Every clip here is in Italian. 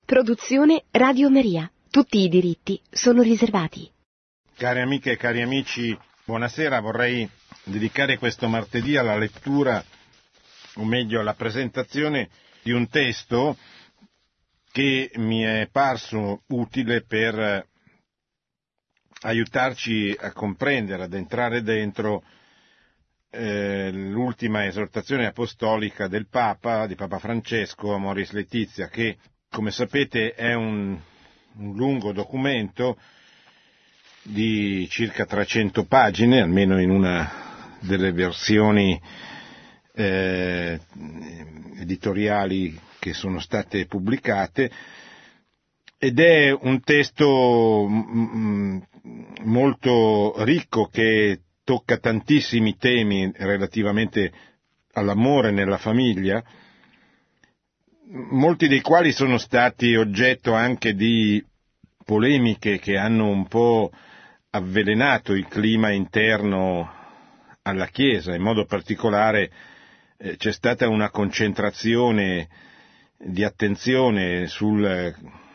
Produzione Radio Maria. Tutti i diritti sono riservati. Cari amiche e cari amici, buonasera. Vorrei dedicare questo martedì alla lettura, o meglio alla presentazione di un testo che mi è parso utile per aiutarci a comprendere, ad entrare dentro l'ultima esortazione apostolica del Papa, di Papa Francesco, Amoris Laetitia, che, come sapete, è un lungo documento di circa 300 pagine, almeno in una delle versioni editoriali che sono state pubblicate, ed è un testo molto ricco che tocca tantissimi temi relativamente all'amore nella famiglia, molti dei quali sono stati oggetto anche di polemiche che hanno un po' avvelenato il clima interno alla Chiesa. In modo particolare c'è stata una concentrazione di attenzione sul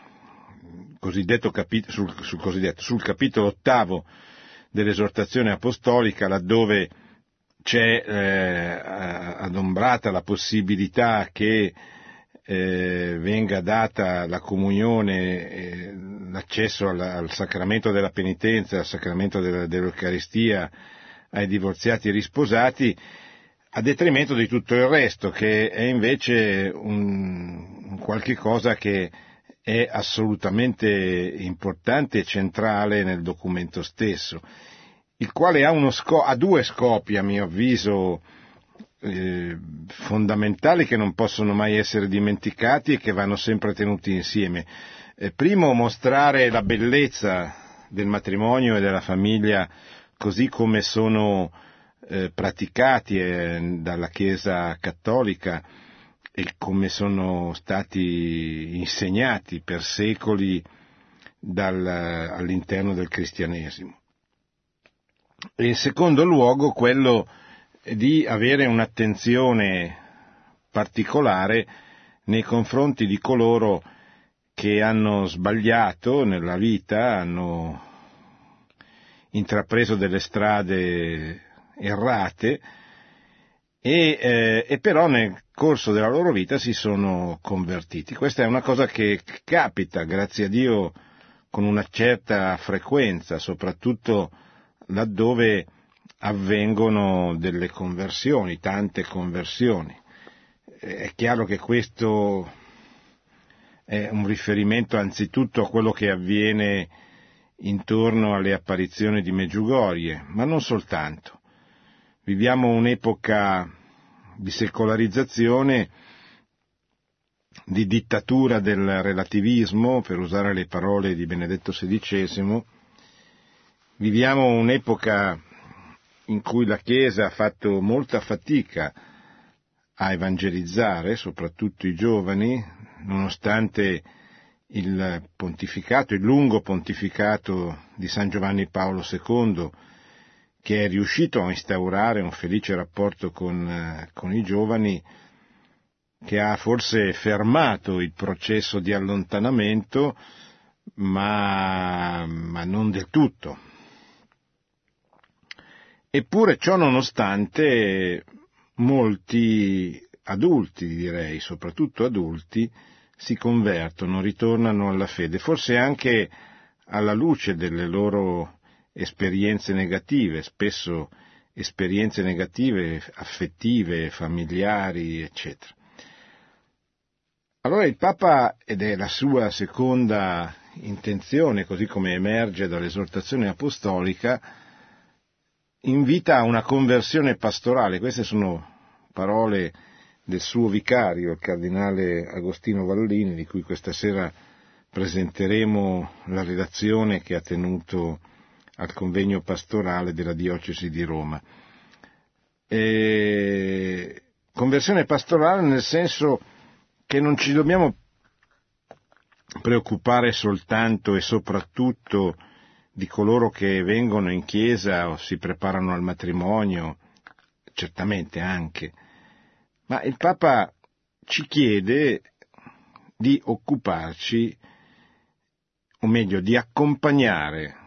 capitolo ottavo dell'esortazione apostolica, laddove c'è adombrata la possibilità che venga data la comunione, l'accesso al sacramento della penitenza, al sacramento dell'Eucaristia ai divorziati e risposati, a detrimento di tutto il resto, che è invece un qualche cosa che è assolutamente importante e centrale nel documento stesso, il quale ha due scopi, a mio avviso, fondamentali, che non possono mai essere dimenticati e che vanno sempre tenuti insieme. Primo, mostrare la bellezza del matrimonio e della famiglia così come sono praticati dalla Chiesa cattolica e come sono stati insegnati per secoli all'interno del cristianesimo. E in secondo luogo quello di avere un'attenzione particolare nei confronti di coloro che hanno sbagliato nella vita, hanno intrapreso delle strade errate e però nel corso della loro vita si sono convertiti. Questa è una cosa che capita, grazie a Dio, con una certa frequenza, soprattutto laddove avvengono delle conversioni, tante conversioni. È chiaro che questo è un riferimento anzitutto a quello che avviene intorno alle apparizioni di Medjugorje, ma non soltanto. Viviamo un'epoca di secolarizzazione, di dittatura del relativismo, per usare le parole di Benedetto XVI. Viviamo un'epoca in cui la Chiesa ha fatto molta fatica a evangelizzare, soprattutto i giovani, nonostante il lungo pontificato di San Giovanni Paolo II, che è riuscito a instaurare un felice rapporto con i giovani, che ha forse fermato il processo di allontanamento, ma non del tutto. Eppure, ciò nonostante, molti adulti, direi, soprattutto adulti, si convertono, ritornano alla fede, forse anche alla luce delle loro esperienze negative, spesso esperienze negative, affettive, familiari, eccetera. Allora il Papa, ed è la sua seconda intenzione, così come emerge dall'esortazione apostolica, invita a una conversione pastorale. Queste sono parole del suo vicario, il cardinale Agostino Vallini, di cui questa sera presenteremo la relazione che ha tenuto al convegno pastorale della diocesi di Roma. Conversione pastorale nel senso che non ci dobbiamo preoccupare soltanto e soprattutto di coloro che vengono in chiesa o si preparano al matrimonio, certamente anche, ma il Papa ci chiede di occuparci, o meglio, di accompagnare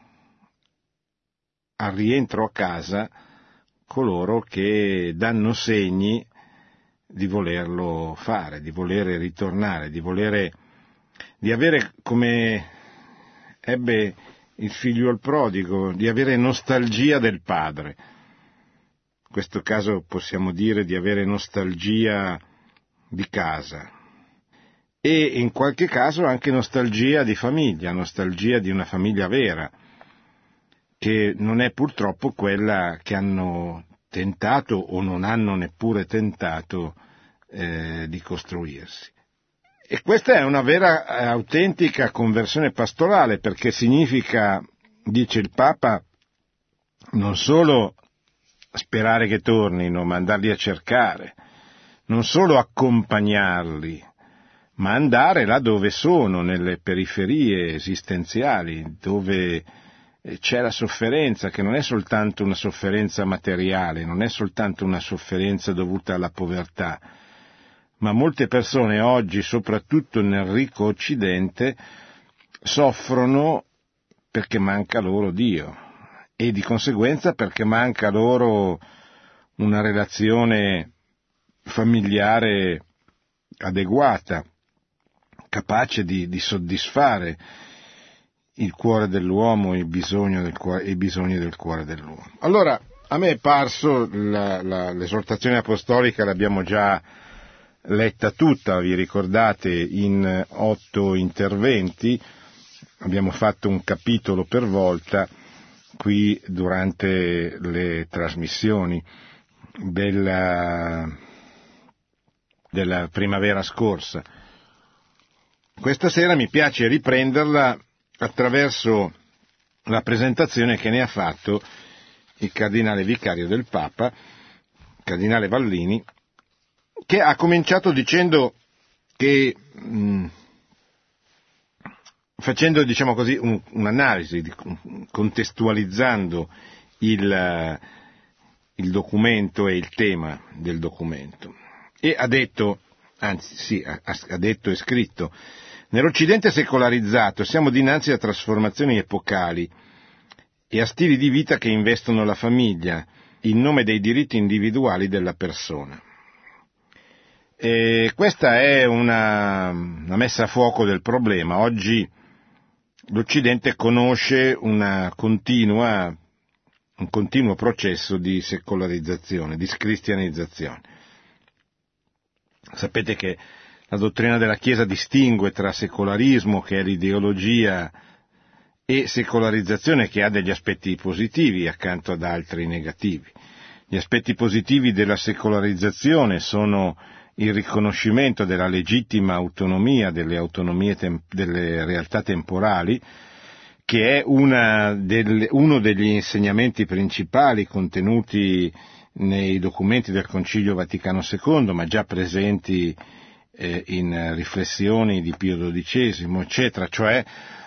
al rientro a casa coloro che danno segni di volerlo fare, di voler ritornare, di avere, come ebbe il figlio il prodigo, di avere nostalgia del padre. In questo caso possiamo dire di avere nostalgia di casa e in qualche caso anche nostalgia di famiglia, nostalgia di una famiglia vera, che non è purtroppo quella che hanno tentato o non hanno neppure tentato di costruirsi. E questa è una vera, autentica conversione pastorale, perché significa, dice il Papa, non solo sperare che tornino, ma andarli a cercare, non solo accompagnarli, ma andare là dove sono, nelle periferie esistenziali, dove c'è la sofferenza, che non è soltanto una sofferenza materiale, non è soltanto una sofferenza dovuta alla povertà, ma molte persone oggi, soprattutto nel ricco Occidente, soffrono perché manca loro Dio e di conseguenza perché manca loro una relazione familiare adeguata, capace di soddisfare il cuore dell'uomo e i bisogni del cuore dell'uomo. Allora, a me è parso l'esortazione apostolica, l'abbiamo già letta tutta, vi ricordate, in 8 interventi, abbiamo fatto un capitolo per volta qui durante le trasmissioni della primavera scorsa. Questa sera mi piace riprenderla attraverso la presentazione che ne ha fatto il cardinale vicario del Papa, cardinale Vallini, che ha cominciato dicendo che, facendo, diciamo così, un'analisi, contestualizzando il documento e il tema del documento, e ha detto, ha detto e scritto: nell'Occidente secolarizzato siamo dinanzi a trasformazioni epocali e a stili di vita che investono la famiglia in nome dei diritti individuali della persona. E questa è una messa a fuoco del problema. Oggi l'Occidente conosce un continuo processo di secolarizzazione, di scristianizzazione. Sapete che la dottrina della Chiesa distingue tra secolarismo, che è l'ideologia, e secolarizzazione, che ha degli aspetti positivi accanto ad altri negativi. Gli aspetti positivi della secolarizzazione sono il riconoscimento della legittima autonomia delle realtà temporali, che è uno degli insegnamenti principali contenuti nei documenti del Concilio Vaticano II, ma già presenti in riflessioni di Pio XII, eccetera, cioè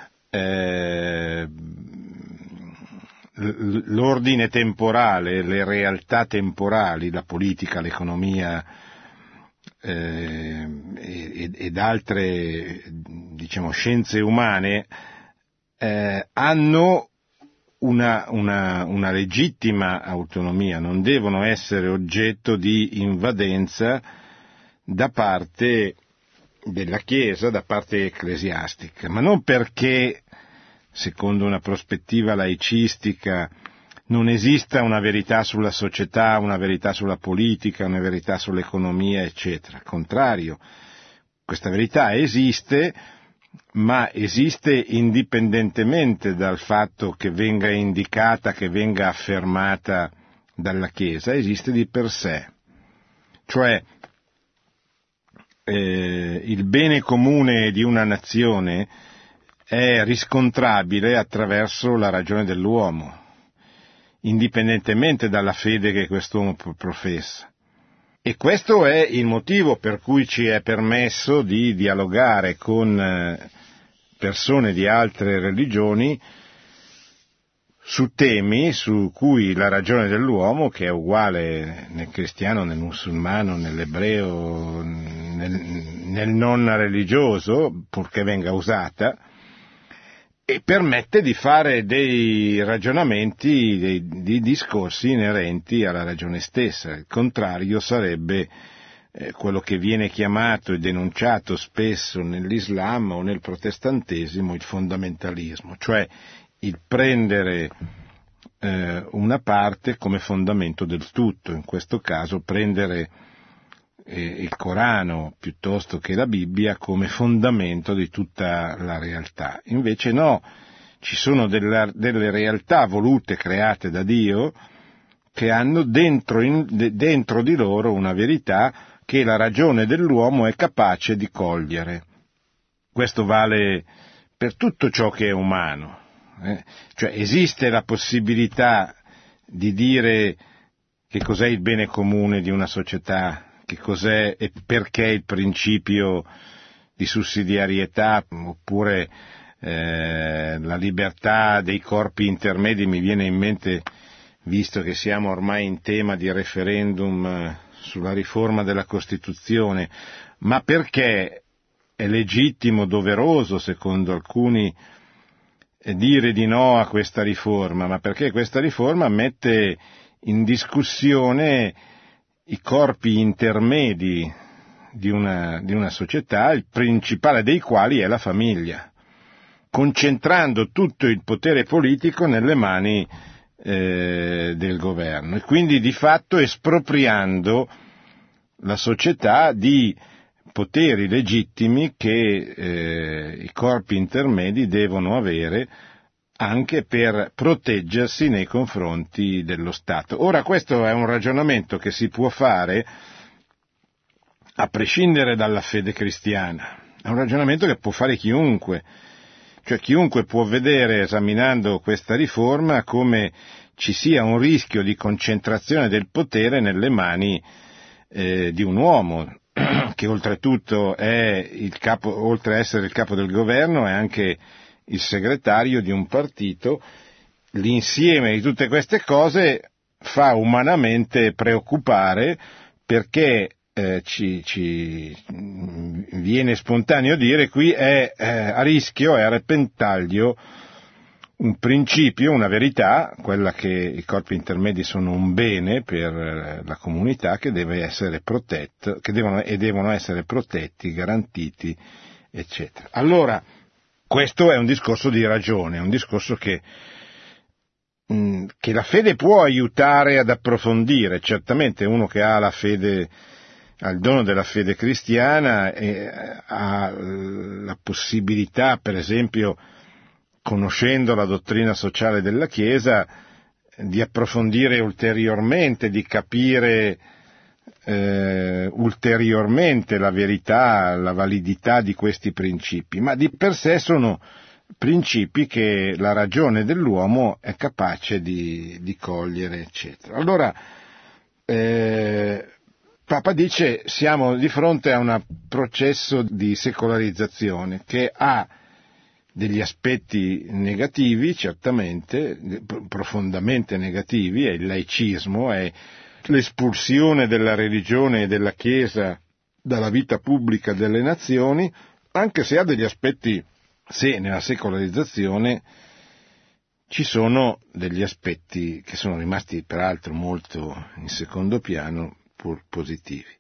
l'ordine temporale, le realtà temporali, la politica, l'economia ed altre, diciamo, scienze umane hanno una legittima autonomia, non devono essere oggetto di invadenza da parte della Chiesa, da parte ecclesiastica, ma non perché, secondo una prospettiva laicistica, non esista una verità sulla società, una verità sulla politica, una verità sull'economia, eccetera. Al contrario, questa verità esiste, ma esiste indipendentemente dal fatto che venga indicata, che venga affermata dalla Chiesa, esiste di per sé. Cioè, il bene comune di una nazione è riscontrabile attraverso la ragione dell'uomo, indipendentemente dalla fede che quest'uomo professa. E questo è il motivo per cui ci è permesso di dialogare con persone di altre religioni su temi su cui la ragione dell'uomo, che è uguale nel cristiano, nel musulmano, nell'ebreo, nel non religioso, purché venga usata, e permette di fare dei ragionamenti, dei discorsi inerenti alla ragione stessa. Il contrario sarebbe quello che viene chiamato e denunciato spesso nell'Islam o nel protestantesimo il fondamentalismo, cioè il prendere una parte come fondamento del tutto, in questo caso prendere il Corano piuttosto che la Bibbia come fondamento di tutta la realtà. Invece no, ci sono delle realtà volute, create da Dio, che hanno dentro di loro una verità che la ragione dell'uomo è capace di cogliere. Questo vale per tutto ciò che è umano. Cioè esiste la possibilità di dire che cos'è il bene comune di una società, che cos'è e perché il principio di sussidiarietà, oppure la libertà dei corpi intermedi. Mi viene in mente, visto che siamo ormai in tema di referendum sulla riforma della Costituzione, ma perché è legittimo, doveroso, secondo alcuni, dire di no a questa riforma, ma perché questa riforma mette in discussione i corpi intermedi di una società, il principale dei quali è la famiglia, concentrando tutto il potere politico nelle mani del governo e quindi di fatto espropriando la società di poteri legittimi che i corpi intermedi devono avere anche per proteggersi nei confronti dello Stato. Ora questo è un ragionamento che si può fare a prescindere dalla fede cristiana, è un ragionamento che può fare chiunque, cioè chiunque può vedere, esaminando questa riforma, come ci sia un rischio di concentrazione del potere nelle mani di un uomo, che oltretutto è il capo, oltre a essere il capo del governo, è anche il segretario di un partito. L'insieme di tutte queste cose fa umanamente preoccupare, perché ci viene spontaneo dire qui è a rischio, è a repentaglio un principio, una verità, quella che i corpi intermedi sono un bene per la comunità che deve essere protetto, che devono essere protetti, garantiti, eccetera. Allora, questo è un discorso di ragione, è un discorso che la fede può aiutare ad approfondire. Certamente uno che ha la fede, ha il dono della fede cristiana, ha la possibilità, per esempio, conoscendo la dottrina sociale della Chiesa, di approfondire ulteriormente, di capire ulteriormente la verità, la validità di questi principi, ma di per sé sono principi che la ragione dell'uomo è capace di cogliere, eccetera. Allora, Papa dice, siamo di fronte a un processo di secolarizzazione che ha degli aspetti negativi, certamente, profondamente negativi, è il laicismo, è l'espulsione della religione e della Chiesa dalla vita pubblica delle nazioni, anche se ha degli aspetti, se nella secolarizzazione ci sono degli aspetti che sono rimasti peraltro molto in secondo piano, pur positivi.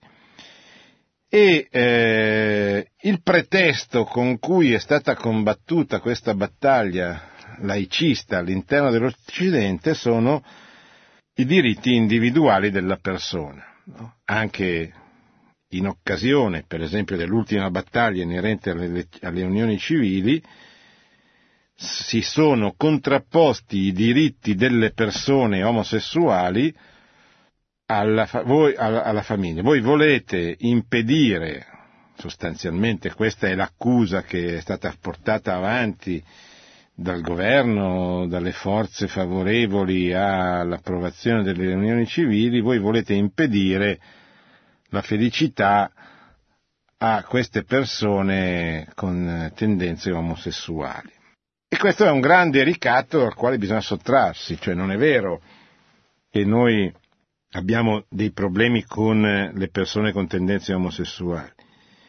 E il pretesto con cui è stata combattuta questa battaglia laicista all'interno dell'Occidente sono i diritti individuali della persona, no? Anche in occasione, per esempio, dell'ultima battaglia inerente alle unioni civili, si sono contrapposti i diritti delle persone omosessuali alla famiglia. Voi volete impedire, sostanzialmente questa è l'accusa che è stata portata avanti dal governo, dalle forze favorevoli all'approvazione delle unioni civili, voi volete impedire la felicità a queste persone con tendenze omosessuali. E questo è un grande ricatto al quale bisogna sottrarsi, cioè non è vero che noi abbiamo dei problemi con le persone con tendenze omosessuali.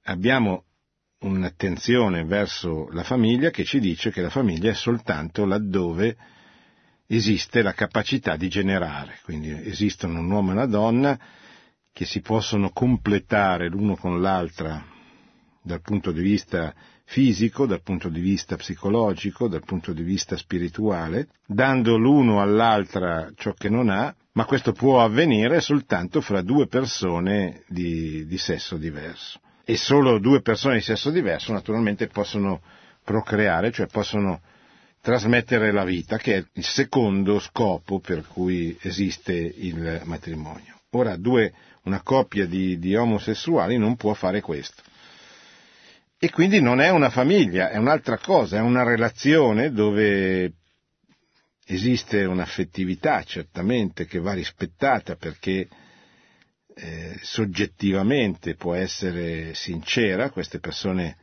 abbiamo un'attenzione verso la famiglia che ci dice che la famiglia è soltanto laddove esiste la capacità di generare, quindi esistono un uomo e una donna che si possono completare l'uno con l'altra dal punto di vista fisico, dal punto di vista psicologico, dal punto di vista spirituale, dando l'uno all'altra ciò che non ha, ma questo può avvenire soltanto fra due persone di sesso diverso. E solo due persone di sesso diverso naturalmente possono procreare, cioè possono trasmettere la vita, che è il secondo scopo per cui esiste il matrimonio. Ora, una coppia di omosessuali non può fare questo. E quindi non è una famiglia, è un'altra cosa, è una relazione dove esiste un'affettività certamente che va rispettata perché soggettivamente può essere sincera, queste persone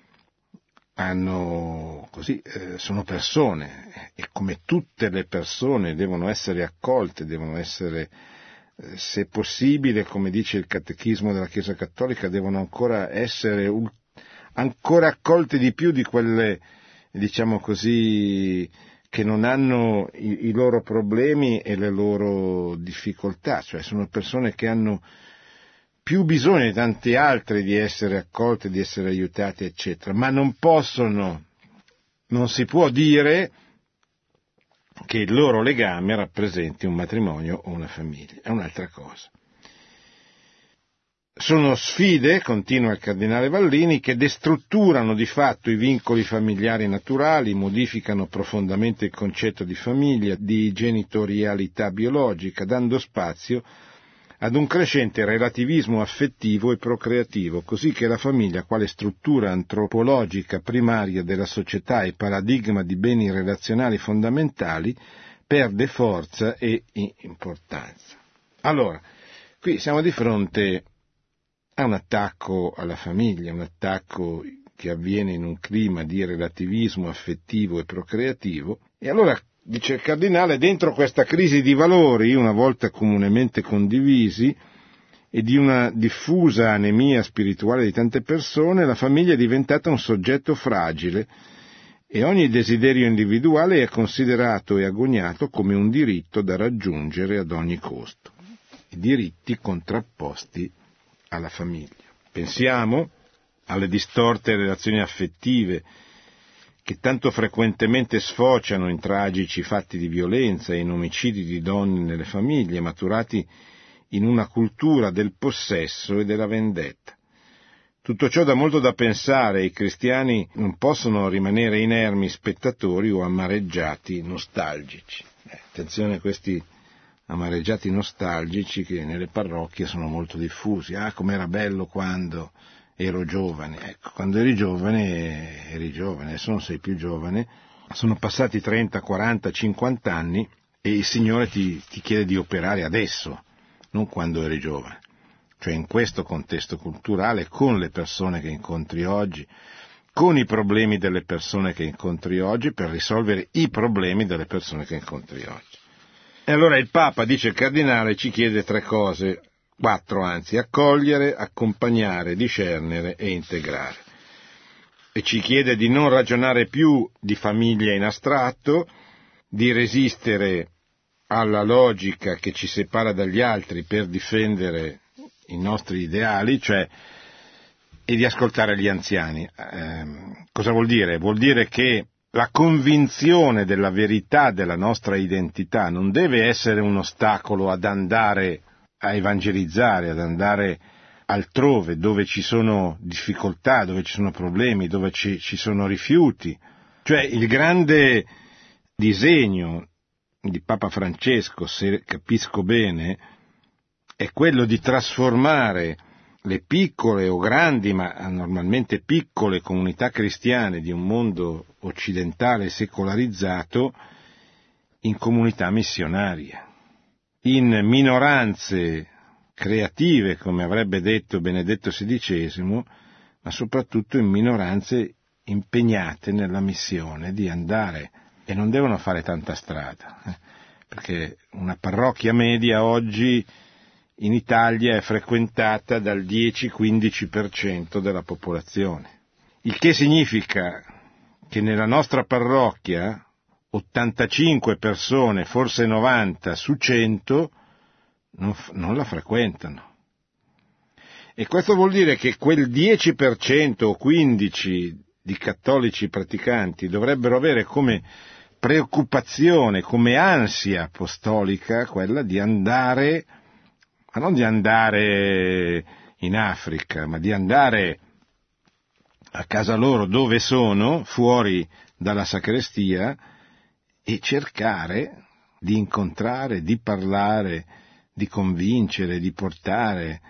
sono persone e come tutte le persone devono essere accolte, devono essere, se possibile, come dice il Catechismo della Chiesa Cattolica, devono ancora essere ancora accolte di più di quelle, diciamo così, che non hanno i loro problemi e le loro difficoltà, cioè sono persone che hanno più bisogno di tanti altri di essere accolte, di essere aiutate, eccetera, ma non si può dire che il loro legame rappresenti un matrimonio o una famiglia, è un'altra cosa. Sono sfide, continua il cardinale Vallini, che destrutturano di fatto i vincoli familiari naturali, modificano profondamente il concetto di famiglia, di genitorialità biologica, dando spazio ad un crescente relativismo affettivo e procreativo, così che la famiglia, quale struttura antropologica primaria della società e paradigma di beni relazionali fondamentali, perde forza e importanza. Allora, qui siamo di fronte a un attacco alla famiglia, un attacco che avviene in un clima di relativismo affettivo e procreativo, e allora, dice il cardinale, dentro questa crisi di valori, una volta comunemente condivisi, e di una diffusa anemia spirituale di tante persone, la famiglia è diventata un soggetto fragile e ogni desiderio individuale è considerato e agognato come un diritto da raggiungere ad ogni costo. I diritti contrapposti alla famiglia. Pensiamo alle distorte relazioni affettive che tanto frequentemente sfociano in tragici fatti di violenza e in omicidi di donne nelle famiglie, maturati in una cultura del possesso e della vendetta. Tutto ciò dà molto da pensare e i cristiani non possono rimanere inermi spettatori o amareggiati nostalgici. Attenzione a questi amareggiati nostalgici che nelle parrocchie sono molto diffusi. Ah, com'era bello quando ero giovane. Ecco, quando eri giovane, adesso non sei più giovane, sono passati 30, 40, 50 anni e il Signore ti chiede di operare adesso, non quando eri giovane. Cioè in questo contesto culturale, con le persone che incontri oggi, con i problemi delle persone che incontri oggi, per risolvere i problemi delle persone che incontri oggi. E allora il Papa, dice il cardinale, ci chiede 4 anzi, accogliere, accompagnare, discernere e integrare. E ci chiede di non ragionare più di famiglia in astratto, di resistere alla logica che ci separa dagli altri per difendere i nostri ideali, e di ascoltare gli anziani. Cosa vuol dire? Vuol dire che la convinzione della verità della nostra identità non deve essere un ostacolo ad andare a evangelizzare, ad andare altrove, dove ci sono difficoltà, dove ci sono problemi, dove ci sono rifiuti. Cioè il grande disegno di Papa Francesco, se capisco bene, è quello di trasformare le piccole o grandi, ma normalmente piccole comunità cristiane di un mondo occidentale secolarizzato in comunità missionarie, in minoranze creative, come avrebbe detto Benedetto XVI, ma soprattutto in minoranze impegnate nella missione di andare, e non devono fare tanta strada, perché una parrocchia media oggi in Italia è frequentata dal 10-15% della popolazione. Il che significa che nella nostra parrocchia 85 persone, forse 90 su 100, non la frequentano. E questo vuol dire che quel 10% o 15% di cattolici praticanti dovrebbero avere come preoccupazione, come ansia apostolica, quella di andare, ma non di andare in Africa, ma di andare a casa loro dove sono, fuori dalla sacrestia, e cercare di incontrare, di parlare, di convincere, di portare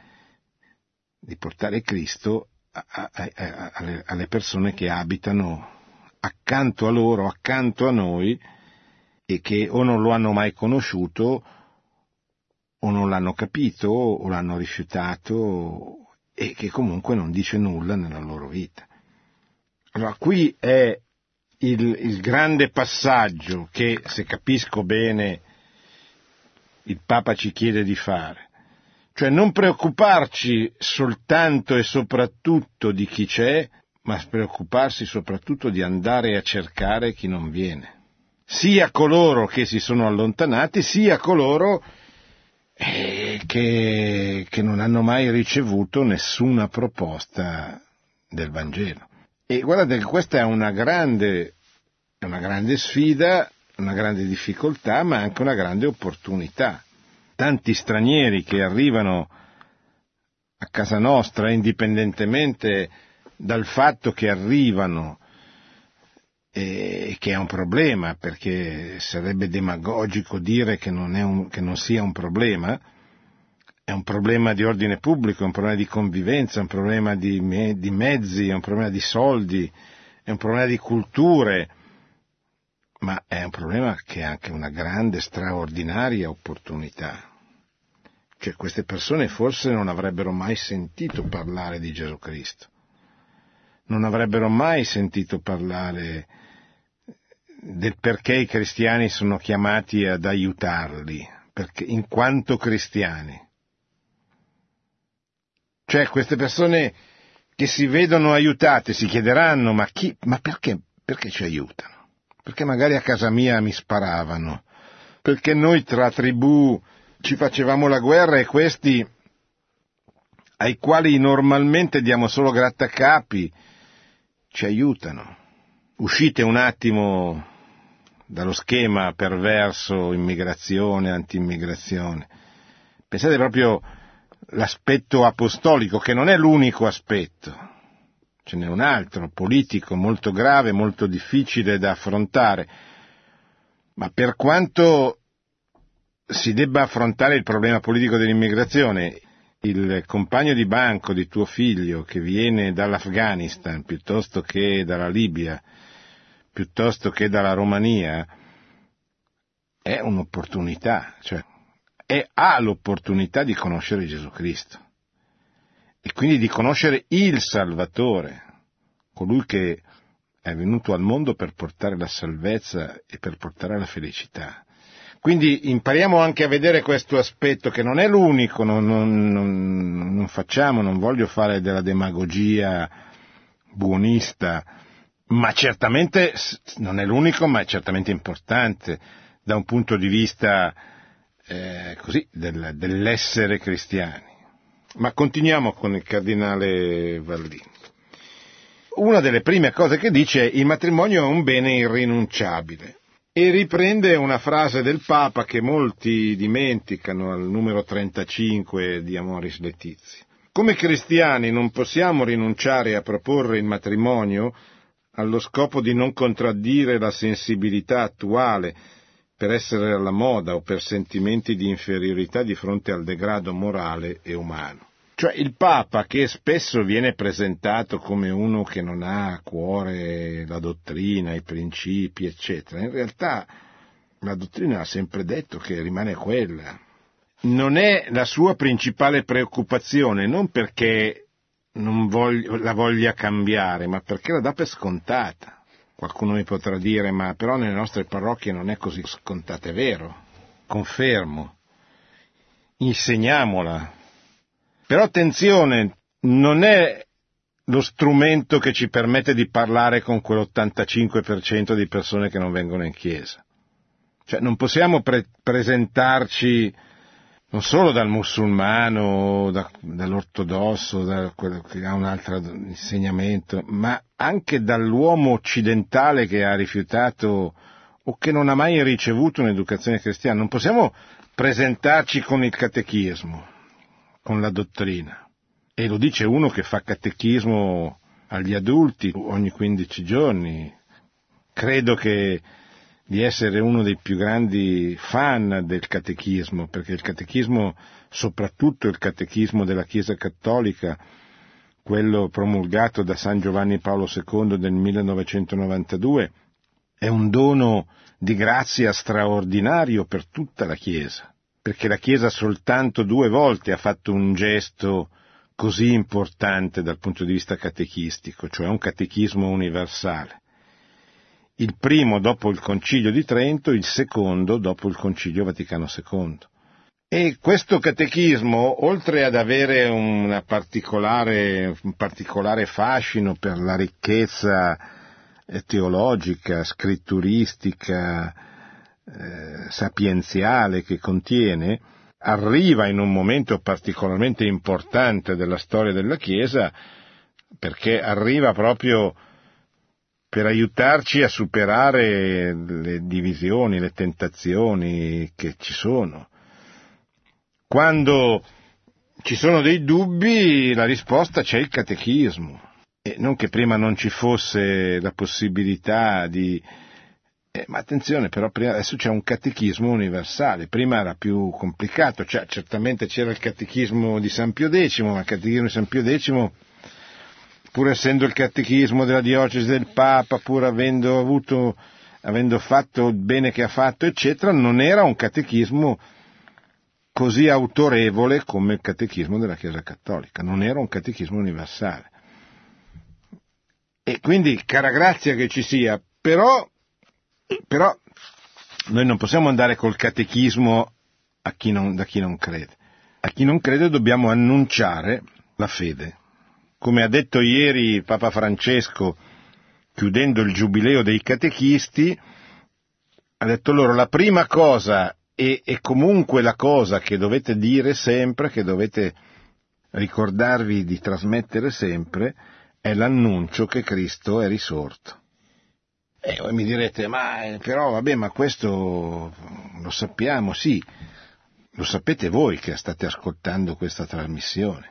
Cristo alle persone che abitano accanto a loro, accanto a noi, e che o non lo hanno mai conosciuto, o non l'hanno capito, o l'hanno rifiutato, e che comunque non dice nulla nella loro vita. Allora, qui è il grande passaggio che, se capisco bene, il Papa ci chiede di fare. Cioè non preoccuparci soltanto e soprattutto di chi c'è, ma preoccuparsi soprattutto di andare a cercare chi non viene. Sia coloro che si sono allontanati, sia coloro che non hanno mai ricevuto nessuna proposta del Vangelo. E guardate che questa è una grande sfida, una grande difficoltà, ma anche una grande opportunità. Tanti stranieri che arrivano a casa nostra, indipendentemente dal fatto che arrivano, che è un problema, perché sarebbe demagogico dire che non sia un problema. È un problema di ordine pubblico, è un problema di convivenza, è un problema di mezzi, è un problema di soldi, è un problema di culture, ma è un problema che ha anche una grande, straordinaria opportunità. Cioè queste persone forse non avrebbero mai sentito parlare di Gesù Cristo, non avrebbero mai sentito parlare del perché i cristiani sono chiamati ad aiutarli, perché in quanto cristiani. Cioè queste persone che si vedono aiutate si chiederanno ma perché ci aiutano? Perché magari a casa mia mi sparavano, perché noi tra tribù ci facevamo la guerra e questi ai quali normalmente diamo solo grattacapi ci aiutano. Uscite un attimo dallo schema perverso immigrazione, anti-immigrazione. Pensate proprio l'aspetto apostolico, che non è l'unico aspetto, ce n'è un altro, politico, molto grave, molto difficile da affrontare, ma per quanto si debba affrontare il problema politico dell'immigrazione, il compagno di banco di tuo figlio che viene dall'Afghanistan, piuttosto che dalla Libia, piuttosto che dalla Romania, è un'opportunità, cioè ha l'opportunità di conoscere Gesù Cristo e quindi di conoscere il Salvatore, colui che è venuto al mondo per portare la salvezza e per portare la felicità. Quindi impariamo anche a vedere questo aspetto, che non è l'unico, non voglio fare della demagogia buonista, ma certamente non è l'unico, ma è certamente importante da un punto di vista dell'essere cristiani. Ma continuiamo con il cardinale Vallini. Una delle prime cose che dice è: il matrimonio è un bene irrinunciabile, e riprende una frase del Papa che molti dimenticano, al numero 35 di Amoris Laetitia. Come cristiani non possiamo rinunciare a proporre il matrimonio allo scopo di non contraddire la sensibilità attuale per essere alla moda o per sentimenti di inferiorità di fronte al degrado morale e umano. Cioè il Papa, che spesso viene presentato come uno che non ha a cuore la dottrina, i principi, eccetera, in realtà la dottrina ha sempre detto che rimane quella. Non è la sua principale preoccupazione, non perché la voglia cambiare, ma perché la dà per scontata. Qualcuno mi potrà dire: ma però nelle nostre parrocchie non è così scontata. È vero, confermo. insegniamola. Però attenzione, non è lo strumento che ci permette di parlare con quell'85% di persone che non vengono in chiesa. Cioè non possiamo presentarci non solo dal musulmano, dall'ortodosso, da quello che ha un altro insegnamento, ma anche dall'uomo occidentale che ha rifiutato o che non ha mai ricevuto un'educazione cristiana. Non possiamo presentarci con il catechismo, con la dottrina. E lo dice uno che fa catechismo agli adulti ogni 15 giorni. Credo di essere uno dei più grandi fan del catechismo, perché il catechismo, soprattutto il catechismo della Chiesa Cattolica, quello promulgato da San Giovanni Paolo II del 1992, è un dono di grazia straordinario per tutta la Chiesa, perché la Chiesa soltanto 2 volte ha fatto un gesto così importante dal punto di vista catechistico, cioè un catechismo universale. Il primo dopo il Concilio di Trento, il secondo dopo il Concilio Vaticano II. E questo catechismo, oltre ad avere un particolare fascino per la ricchezza teologica, scritturistica, sapienziale che contiene, arriva in un momento particolarmente importante della storia della Chiesa, perché arriva proprio per aiutarci a superare le divisioni, le tentazioni che ci sono. Quando ci sono dei dubbi, la risposta c'è il catechismo. E non che prima non ci fosse la possibilità di... ma attenzione, però adesso c'è un catechismo universale. Prima era più complicato, cioè, certamente c'era il catechismo di San Pio X, ma il catechismo di San Pio X, pur essendo il catechismo della diocesi del Papa, pur avendo fatto il bene che ha fatto, eccetera, non era un catechismo così autorevole come il catechismo della Chiesa Cattolica, non era un catechismo universale. E quindi, cara grazia che ci sia, però noi non possiamo andare col catechismo da chi non crede. A chi non crede dobbiamo annunciare la fede. Come ha detto ieri Papa Francesco, chiudendo il giubileo dei catechisti, ha detto loro la prima cosa e comunque la cosa che dovete dire sempre, che dovete ricordarvi di trasmettere sempre, è l'annuncio che Cristo è risorto. E voi mi direte, ma questo lo sappiamo, sì, lo sapete voi che state ascoltando questa trasmissione.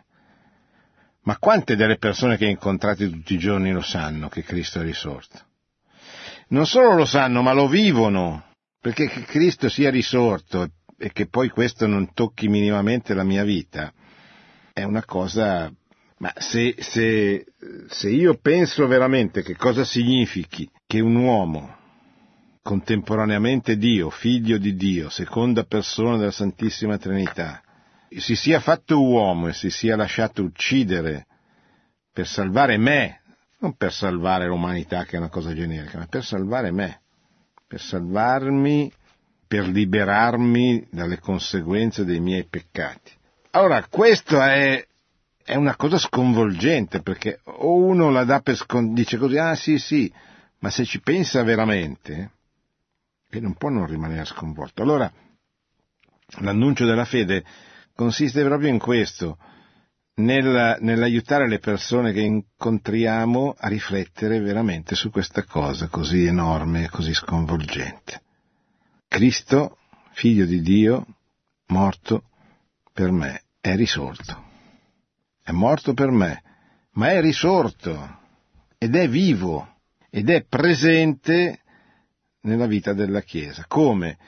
Ma quante delle persone che incontrate tutti i giorni lo sanno che Cristo è risorto? Non solo lo sanno, ma lo vivono, perché che Cristo sia risorto e che poi questo non tocchi minimamente la mia vita, è una cosa... Ma se io penso veramente che cosa significhi che un uomo, contemporaneamente Dio, figlio di Dio, seconda persona della Santissima Trinità, si sia fatto uomo e si sia lasciato uccidere per salvare me, non per salvare l'umanità che è una cosa generica, ma per salvare me, per salvarmi, per liberarmi dalle conseguenze dei miei peccati. Allora, questo è una cosa sconvolgente, perché o uno la dà dice così, sì, ma se ci pensa veramente, che non può non rimanere sconvolto. Allora, l'annuncio della fede consiste proprio in questo, nell'aiutare le persone che incontriamo a riflettere veramente su questa cosa così enorme e così sconvolgente. Cristo, figlio di Dio, morto per me, è risorto. È morto per me, ma è risorto ed è vivo ed è presente nella vita della Chiesa. Come?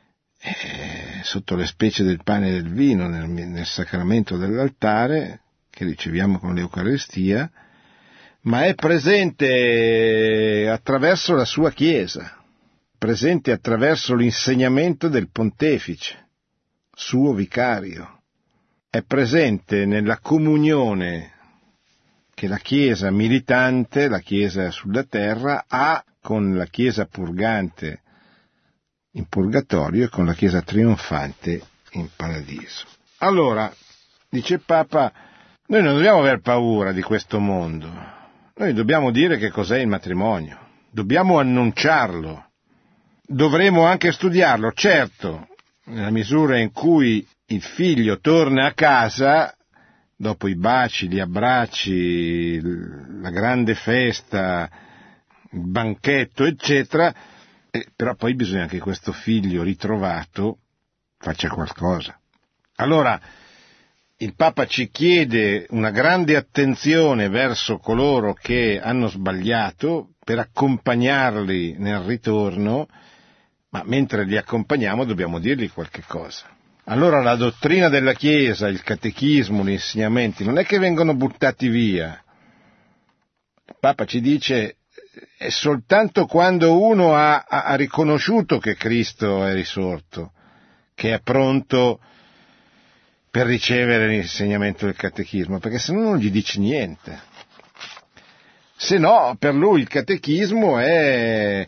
Sotto le specie del pane e del vino, nel sacramento dell'altare, che riceviamo con l'Eucaristia, ma è presente attraverso la sua Chiesa, presente attraverso l'insegnamento del Pontefice, suo vicario. È presente nella comunione che la Chiesa militante, la Chiesa sulla terra, ha con la Chiesa purgante in purgatorio e con la Chiesa trionfante in paradiso. Allora, dice il Papa, noi non dobbiamo aver paura di questo mondo, noi dobbiamo dire che cos'è il matrimonio, dobbiamo annunciarlo, dovremo anche studiarlo, certo, nella misura in cui il figlio torna a casa, dopo i baci, gli abbracci, la grande festa, il banchetto, eccetera, però poi bisogna che questo figlio ritrovato faccia qualcosa. Allora, il Papa ci chiede una grande attenzione verso coloro che hanno sbagliato per accompagnarli nel ritorno, ma mentre li accompagniamo dobbiamo dirgli qualche cosa. Allora la dottrina della Chiesa, il catechismo, gli insegnamenti, non è che vengono buttati via. Il Papa ci dice, è soltanto quando uno ha riconosciuto che Cristo è risorto, che è pronto per ricevere l'insegnamento del catechismo, perché se no non gli dici niente. Se no, per lui il catechismo è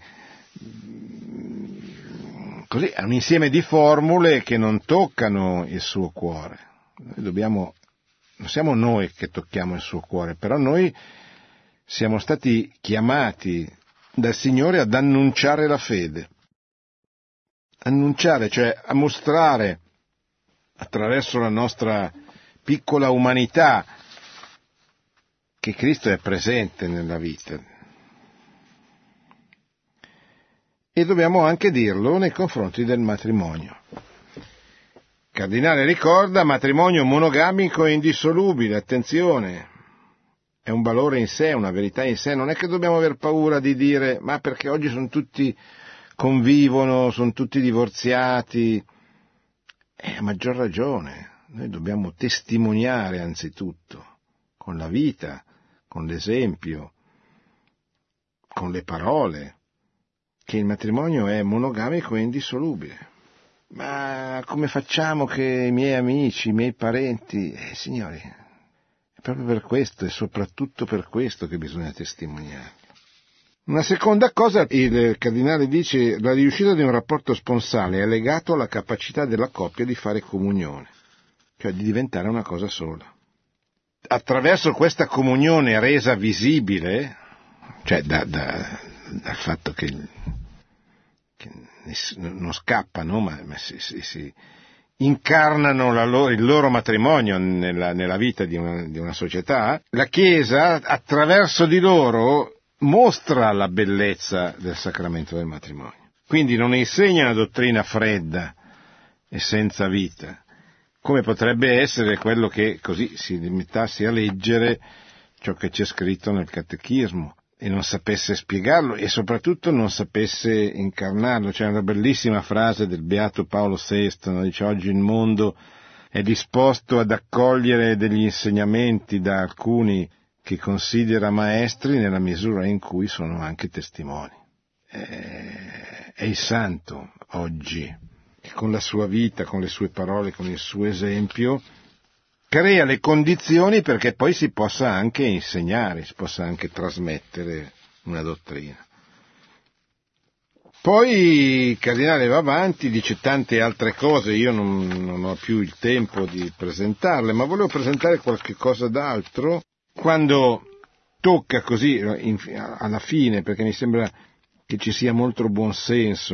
così, è un insieme di formule che non toccano il suo cuore. Non siamo noi che tocchiamo il suo cuore, però noi siamo stati chiamati dal Signore ad annunciare la fede. Annunciare, cioè a mostrare attraverso la nostra piccola umanità che Cristo è presente nella vita. E dobbiamo anche dirlo nei confronti del matrimonio. Il Cardinale ricorda matrimonio monogamico e indissolubile, attenzione, è un valore in sé, una verità in sé, non è che dobbiamo aver paura di dire ma perché oggi sono tutti convivono, sono tutti divorziati, a maggior ragione, noi dobbiamo testimoniare anzitutto, con la vita, con l'esempio, con le parole, che il matrimonio è monogamico e indissolubile. Ma come facciamo che i miei amici, i miei parenti, signori, è proprio per questo e soprattutto per questo che bisogna testimoniarlo. Una seconda cosa, il Cardinale dice, la riuscita di un rapporto sponsale è legato alla capacità della coppia di fare comunione, cioè di diventare una cosa sola. Attraverso questa comunione resa visibile, cioè dal fatto che non scappano, ma si incarnano il loro matrimonio nella vita di una società, la Chiesa attraverso di loro mostra la bellezza del sacramento del matrimonio. Quindi non insegna una dottrina fredda e senza vita, come potrebbe essere quello che così si limitasse a leggere ciò che c'è scritto nel catechismo e non sapesse spiegarlo e soprattutto non sapesse incarnarlo. C'è una bellissima frase del Beato Paolo VI, dice oggi il mondo è disposto ad accogliere degli insegnamenti da alcuni che considera maestri nella misura in cui sono anche testimoni. È il santo oggi, che con la sua vita, con le sue parole, con il suo esempio, crea le condizioni perché poi si possa anche insegnare, si possa anche trasmettere una dottrina. Poi il Cardinale va avanti, dice tante altre cose, io non ho più il tempo di presentarle, ma volevo presentare qualche cosa d'altro. Quando tocca così, alla fine, perché mi sembra che ci sia molto buon senso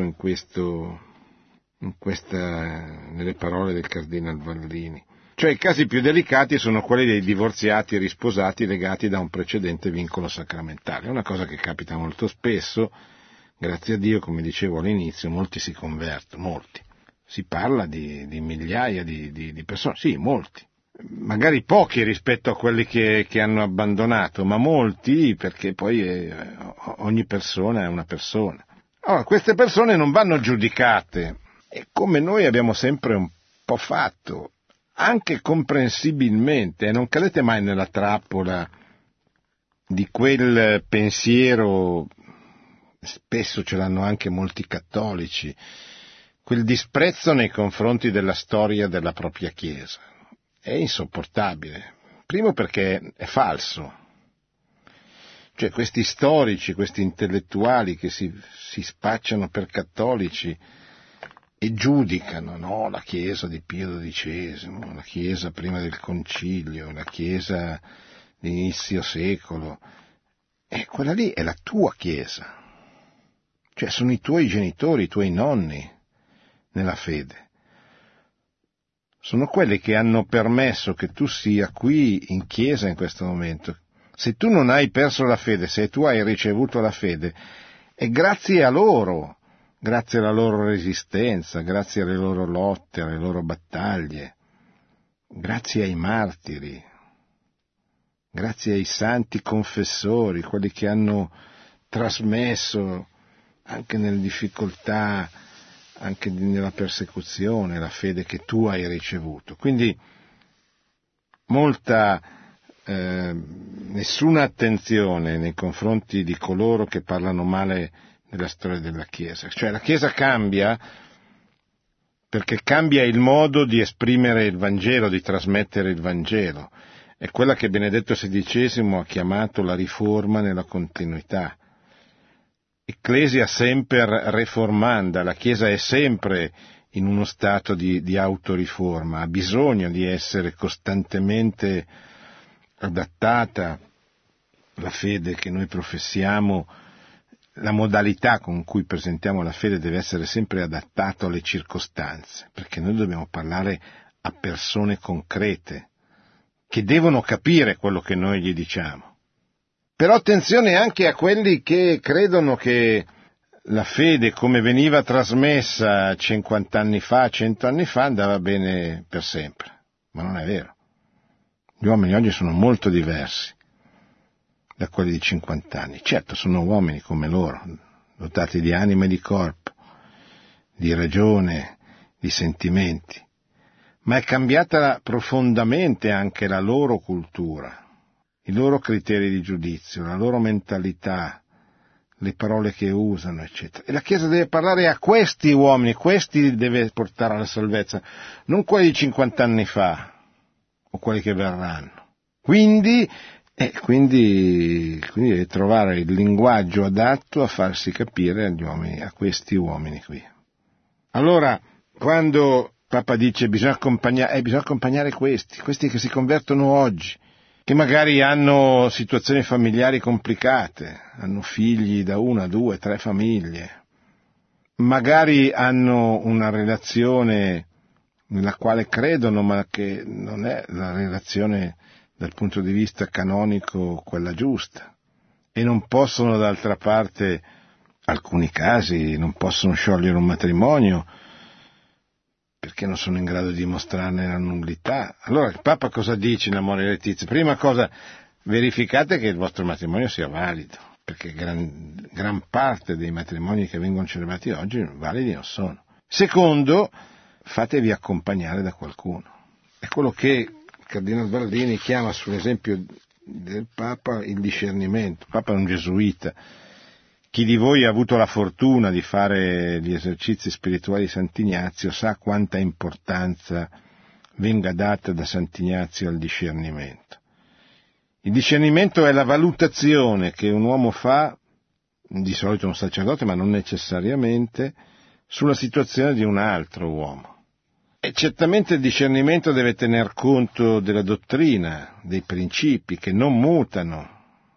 nelle parole del Cardinal Vallini. Cioè i casi più delicati sono quelli dei divorziati e risposati legati da un precedente vincolo sacramentale. È una cosa che capita molto spesso, grazie a Dio, come dicevo all'inizio, molti si convertono, molti. Si parla di migliaia di persone, sì, molti. Magari pochi rispetto a quelli che hanno abbandonato, ma molti, perché poi ogni persona è una persona. Allora, queste persone non vanno giudicate, e come noi abbiamo sempre un po' fatto, anche comprensibilmente, non cadete mai nella trappola di quel pensiero, spesso ce l'hanno anche molti cattolici, quel disprezzo nei confronti della storia della propria Chiesa. È insopportabile. Primo perché è falso. Cioè questi storici, questi intellettuali che si spacciano per cattolici e giudicano, no, la Chiesa di Pio XII, la Chiesa prima del Concilio, la Chiesa di inizio secolo, e quella lì è la tua Chiesa, cioè sono i tuoi genitori, i tuoi nonni nella fede. Sono quelli che hanno permesso che tu sia qui in chiesa in questo momento. Se tu non hai perso la fede, se tu hai ricevuto la fede, è grazie a loro, grazie alla loro resistenza, grazie alle loro lotte, alle loro battaglie, grazie ai martiri, grazie ai santi confessori, quelli che hanno trasmesso anche nelle difficoltà, anche nella persecuzione, la fede che tu hai ricevuto. Quindi nessuna attenzione nei confronti di coloro che parlano male della storia della Chiesa. Cioè la Chiesa cambia perché cambia il modo di esprimere il Vangelo, di trasmettere il Vangelo. È quella che Benedetto XVI ha chiamato la riforma nella continuità. Ecclesia semper reformanda, la Chiesa è sempre in uno stato di autoriforma, ha bisogno di essere costantemente adattata, la fede che noi professiamo, la modalità con cui presentiamo la fede deve essere sempre adattata alle circostanze, perché noi dobbiamo parlare a persone concrete, che devono capire quello che noi gli diciamo. Però attenzione anche a quelli che credono che la fede come veniva trasmessa 50 anni fa, 100 anni fa, andava bene per sempre. Ma non è vero. Gli uomini oggi sono molto diversi da quelli di 50 anni. Certo, sono uomini come loro, dotati di anima e di corpo, di ragione, di sentimenti. Ma è cambiata profondamente anche la loro cultura, i loro criteri di giudizio, la loro mentalità, le parole che usano, eccetera. E la Chiesa deve parlare a questi uomini, questi deve portare alla salvezza, non quelli di 50 anni fa, o quelli che verranno. Quindi deve trovare il linguaggio adatto a farsi capire agli uomini, a questi uomini qui. Allora, quando Papa dice bisogna accompagnare questi che si convertono oggi, che magari hanno situazioni familiari complicate, hanno figli da 1, 2, 3 famiglie, magari hanno una relazione nella quale credono ma che non è la relazione dal punto di vista canonico quella giusta, e non possono d'altra parte, alcuni casi, non possono sciogliere un matrimonio perché non sono in grado di dimostrarne la nullità. Allora il Papa cosa dice in Amore Letizia? Prima cosa, verificate che il vostro matrimonio sia valido, perché gran parte dei matrimoni che vengono celebrati oggi validi non sono. Secondo, fatevi accompagnare da qualcuno. È quello che il Cardinale Baldini chiama, sull'esempio del Papa, il discernimento. Il Papa è un gesuita. Chi di voi ha avuto la fortuna di fare gli esercizi spirituali di Sant'Ignazio sa quanta importanza venga data da Sant'Ignazio al discernimento. Il discernimento è la valutazione che un uomo fa, di solito un sacerdote, ma non necessariamente, sulla situazione di un altro uomo. E certamente il discernimento deve tener conto della dottrina, dei principi che non mutano.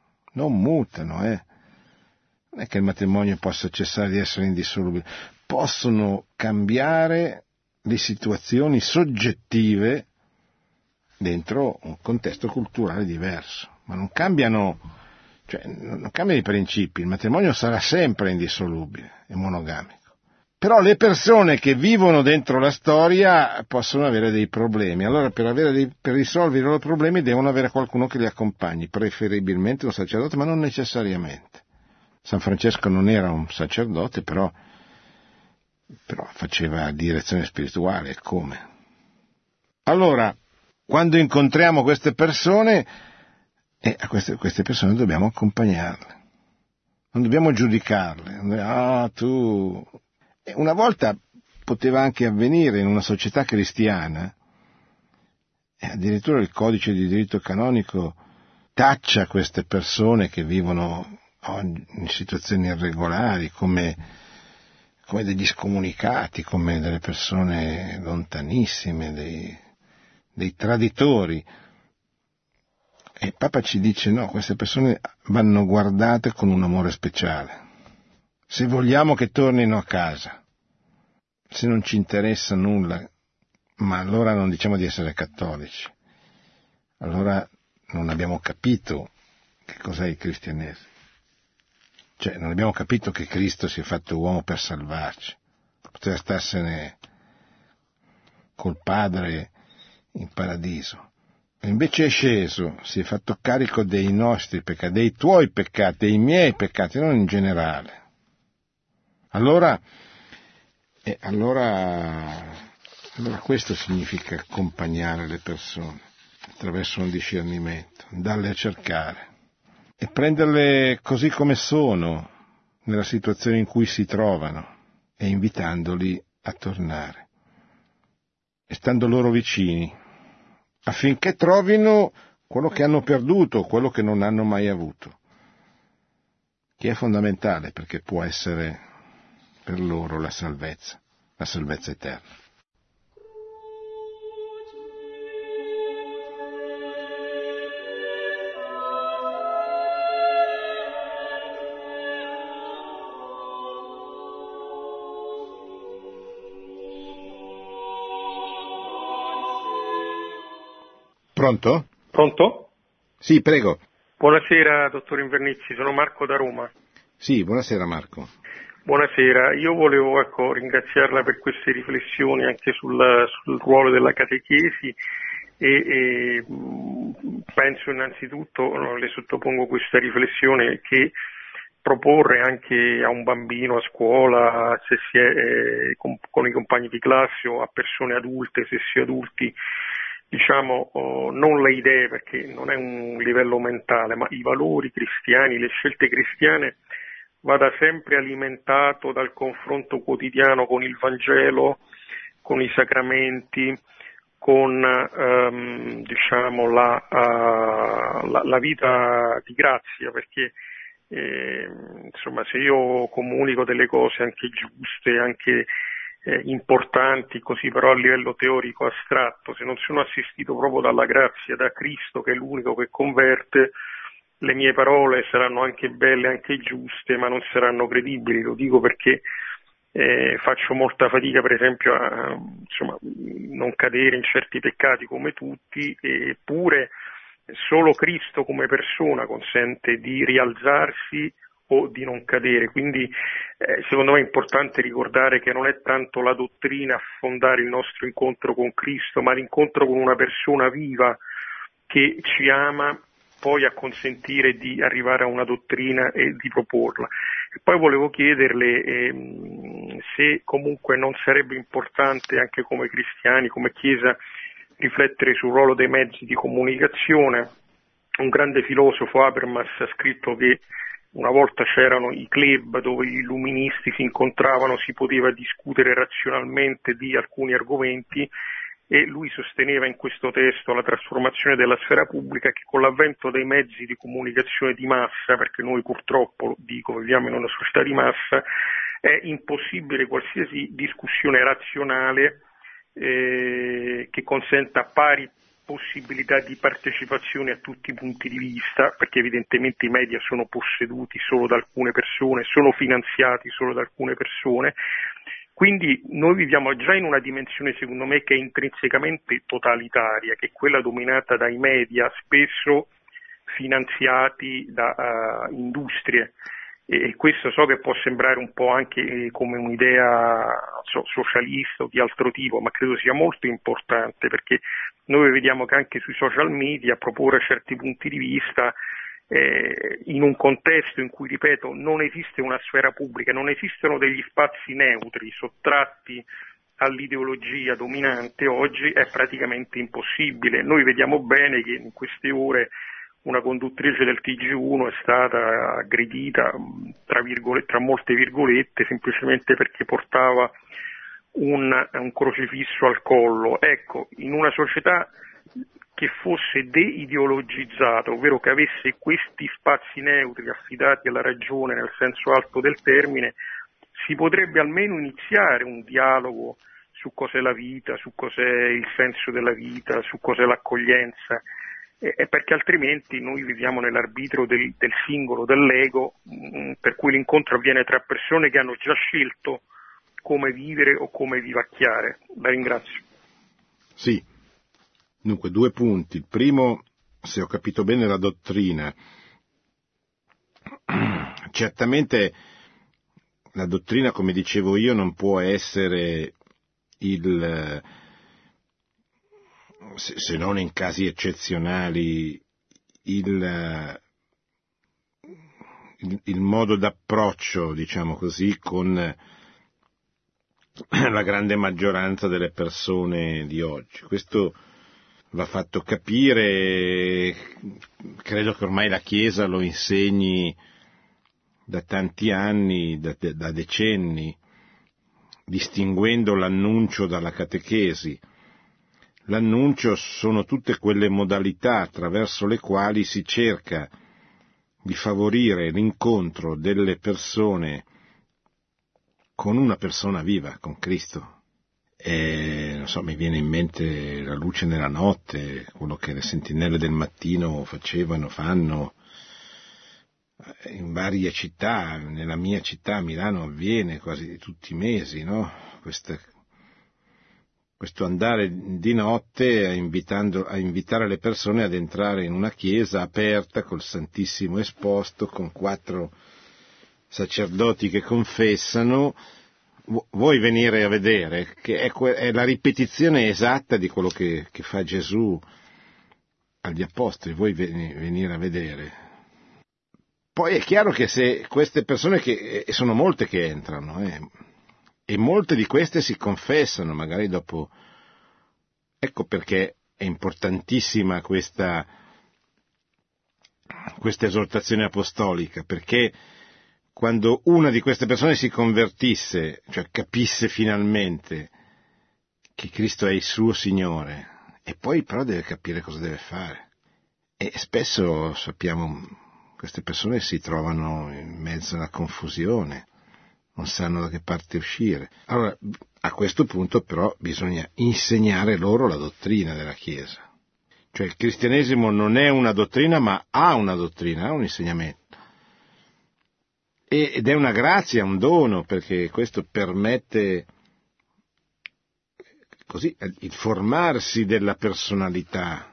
Non è che il matrimonio possa cessare di essere indissolubile, possono cambiare le situazioni soggettive dentro un contesto culturale diverso, ma non cambiano i principi, il matrimonio sarà sempre indissolubile e monogamico. Però le persone che vivono dentro la storia possono avere dei problemi, allora per risolvere i loro problemi devono avere qualcuno che li accompagni, preferibilmente un sacerdote, ma non necessariamente. San Francesco non era un sacerdote, però faceva direzione spirituale, come? Allora, quando incontriamo queste persone, a queste persone dobbiamo accompagnarle, non dobbiamo giudicarle. Una volta poteva anche avvenire in una società cristiana, e addirittura il codice di diritto canonico taccia queste persone che vivono in situazioni irregolari come come degli scomunicati, come delle persone lontanissime, dei traditori. E il Papa ci dice no, queste persone vanno guardate con un amore speciale. Se vogliamo che tornino a casa, se non ci interessa nulla, ma allora non diciamo di essere cattolici, allora non abbiamo capito che cos'è il cristianesimo. Cioè, non abbiamo capito che Cristo si è fatto uomo per salvarci. Poteva starsene col Padre in paradiso. E invece è sceso, si è fatto carico dei nostri peccati, dei tuoi peccati, dei miei peccati, non in generale. Allora questo significa accompagnare le persone attraverso un discernimento, andarle a cercare e prenderle così come sono, nella situazione in cui si trovano, e invitandoli a tornare, e stando loro vicini, affinché trovino quello che hanno perduto, quello che non hanno mai avuto, che è fondamentale perché può essere per loro la salvezza eterna. Pronto? Pronto? Sì, prego. Buonasera, dottor Invernizzi, sono Marco da Roma. Sì, buonasera Marco. Buonasera, io volevo ringraziarla per queste riflessioni anche sul ruolo della catechesi e penso innanzitutto, le sottopongo questa riflessione, che proporre anche a un bambino a scuola, se si è con i compagni di classe o a persone adulte, se si è adulti, non le idee, perché non è un livello mentale, ma i valori cristiani, le scelte cristiane, vada sempre alimentato dal confronto quotidiano con il Vangelo, con i sacramenti, con la vita di grazia, perché se io comunico delle cose anche giuste, anche importanti, così però a livello teorico astratto, se non sono assistito proprio dalla grazia, da Cristo che è l'unico che converte, le mie parole saranno anche belle, anche giuste, ma non saranno credibili. Lo dico perché faccio molta fatica, per esempio, a non cadere in certi peccati come tutti, eppure solo Cristo come persona consente di rialzarsi o di non cadere. Quindi secondo me è importante ricordare che non è tanto la dottrina a fondare il nostro incontro con Cristo, ma l'incontro con una persona viva che ci ama, poi a consentire di arrivare a una dottrina e di proporla. E poi volevo chiederle se comunque non sarebbe importante anche come cristiani, come Chiesa, riflettere sul ruolo dei mezzi di comunicazione. Un grande filosofo, Habermas, ha scritto che una volta c'erano i club dove gli illuministi si incontravano, si poteva discutere razionalmente di alcuni argomenti, e lui sosteneva in questo testo la trasformazione della sfera pubblica, che con l'avvento dei mezzi di comunicazione di massa, perché noi purtroppo, viviamo in una società di massa, è impossibile qualsiasi discussione razionale che consenta pari possibilità di partecipazione a tutti i punti di vista, perché evidentemente i media sono posseduti solo da alcune persone, sono finanziati solo da alcune persone. Quindi noi viviamo già in una dimensione, secondo me, che è intrinsecamente totalitaria, che è quella dominata dai media, spesso finanziati da industrie. E questo so che può sembrare un po' anche come un'idea socialista o di altro tipo, ma credo sia molto importante, perché noi vediamo che anche sui social media proporre certi punti di vista in un contesto in cui, ripeto, non esiste una sfera pubblica, non esistono degli spazi neutri sottratti all'ideologia dominante, oggi è praticamente impossibile. Noi vediamo bene che in queste ore una conduttrice del TG1 è stata aggredita, tra molte virgolette, semplicemente perché portava un crocifisso al collo. Ecco, in una società che fosse deideologizzata, ovvero che avesse questi spazi neutri affidati alla ragione nel senso alto del termine, si potrebbe almeno iniziare un dialogo su cos'è la vita, su cos'è il senso della vita, su cos'è l'accoglienza, perché altrimenti noi viviamo nell'arbitro del singolo, dell'ego, per cui l'incontro avviene tra persone che hanno già scelto come vivere o come vivacchiare. La ringrazio. Sì, dunque 2 punti. Il primo, se ho capito bene, la dottrina. Certamente la dottrina, come dicevo io, non può essere se non in casi eccezionali, il modo d'approccio, diciamo così, con la grande maggioranza delle persone di oggi. Questo va fatto capire, credo che ormai la Chiesa lo insegni da tanti anni, da decenni, distinguendo l'annuncio dalla catechesi. L'annuncio sono tutte quelle modalità attraverso le quali si cerca di favorire l'incontro delle persone con una persona viva, con Cristo. Non so, mi viene in mente la luce nella notte, quello che le sentinelle del mattino fanno in varie città. Nella mia città, Milano, avviene quasi tutti i mesi, no? Questo andare di notte a invitare le persone ad entrare in una chiesa aperta col Santissimo esposto, con 4 sacerdoti che confessano. Vuoi venire a vedere? Che è la ripetizione esatta di quello che fa Gesù agli apostoli. Vuoi venire a vedere? Poi è chiaro che se queste persone, e sono molte che entrano, e molte di queste si confessano, magari dopo. Ecco perché è importantissima questa esortazione apostolica, perché quando una di queste persone si convertisse, cioè capisse finalmente che Cristo è il suo Signore, e poi però deve capire cosa deve fare. E spesso, sappiamo, queste persone si trovano in mezzo alla confusione, non sanno da che parte uscire. Allora, a questo punto però bisogna insegnare loro la dottrina della Chiesa. Cioè il cristianesimo non è una dottrina, ma ha una dottrina, ha un insegnamento. Ed è una grazia, un dono, perché questo permette così il formarsi della personalità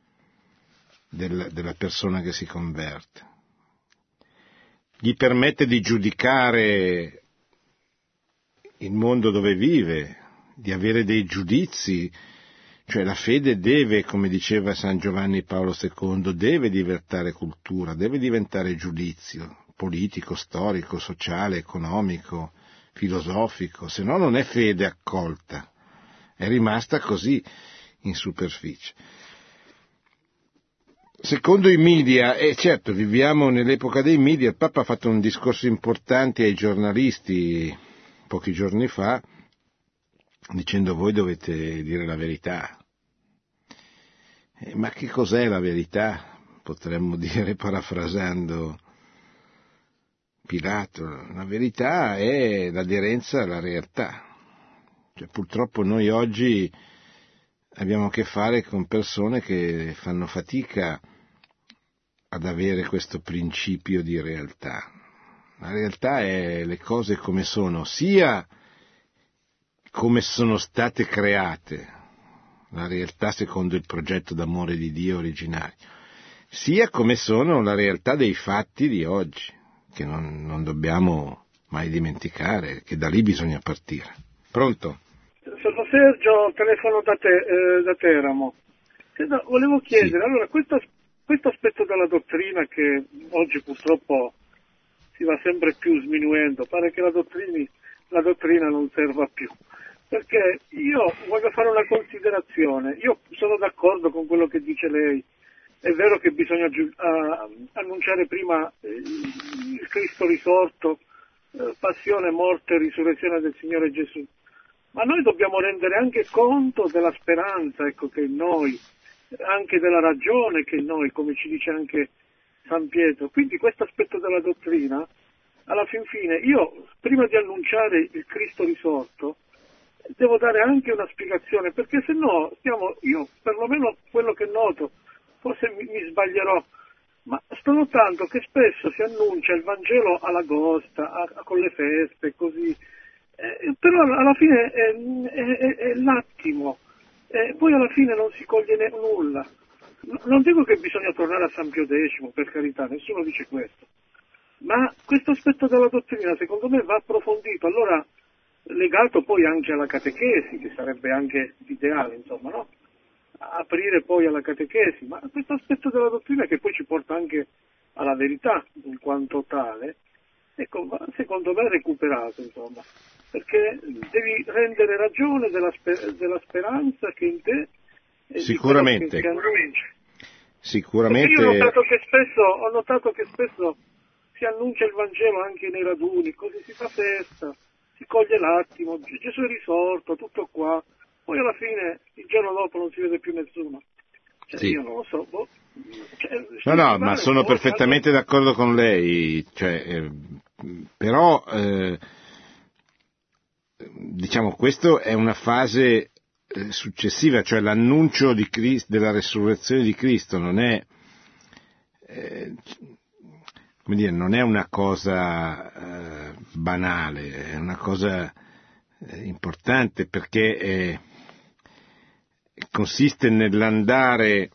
della persona che si converte. Gli permette di giudicare il mondo dove vive, di avere dei giudizi, cioè la fede deve, come diceva San Giovanni Paolo II, deve diventare cultura, deve diventare giudizio politico, storico, sociale, economico, filosofico, se no non è fede accolta, è rimasta così in superficie. Secondo i media, e certo viviamo nell'epoca dei media, il Papa ha fatto un discorso importante ai giornalisti pochi giorni fa, dicendo voi dovete dire la verità. Ma che cos'è la verità? Potremmo dire, parafrasando Pilato, la verità è l'aderenza alla realtà. Cioè, purtroppo noi oggi abbiamo a che fare con persone che fanno fatica ad avere questo principio di realtà. La realtà è le cose come sono, sia come sono state create, la realtà secondo il progetto d'amore di Dio originario, sia come sono la realtà dei fatti di oggi, che non dobbiamo mai dimenticare, che da lì bisogna partire. Pronto? Sono Sergio, telefono da Teramo. Volevo chiedere, sì. Allora, questo aspetto della dottrina che oggi purtroppo si va sempre più sminuendo, pare che la dottrina non serva più. Perché io voglio fare una considerazione, io sono d'accordo con quello che dice lei, è vero che bisogna annunciare prima il Cristo risorto, passione, morte e risurrezione del Signore Gesù, ma noi dobbiamo rendere anche conto della speranza, ecco, che in noi, anche della ragione che in noi, come ci dice anche San Pietro. Quindi questo aspetto della dottrina alla fin fine io, prima di annunciare il Cristo risorto, devo dare anche una spiegazione, perché se no io perlomeno quello che noto, forse mi sbaglierò, ma sto notando che spesso si annuncia il Vangelo all'agosta, con le feste, così, però alla fine è l'attimo, poi alla fine non si coglie nulla. Non dico che bisogna tornare a San Pio X, per carità, nessuno dice questo, ma questo aspetto della dottrina secondo me va approfondito, allora legato poi anche alla catechesi, che sarebbe anche l'ideale, insomma, no? Aprire poi alla catechesi, ma questo aspetto della dottrina che poi ci porta anche alla verità in quanto tale, ecco, va secondo me recuperato, insomma, perché devi rendere ragione della speranza che in te e sicuramente. Che annuncia. Sicuramente. Perché io ho notato che spesso si annuncia il Vangelo anche nei raduni, così si fa festa, si coglie l'attimo, Gesù è risorto, tutto qua, poi alla fine il giorno dopo non si vede più nessuno. Cioè, sì. Io non lo so. No, ma sono perfettamente d'accordo con lei, però diciamo questo è una fase successiva, cioè l'annuncio di della resurrezione di Cristo non è non è una cosa banale, è una cosa importante, perché consiste nell'andare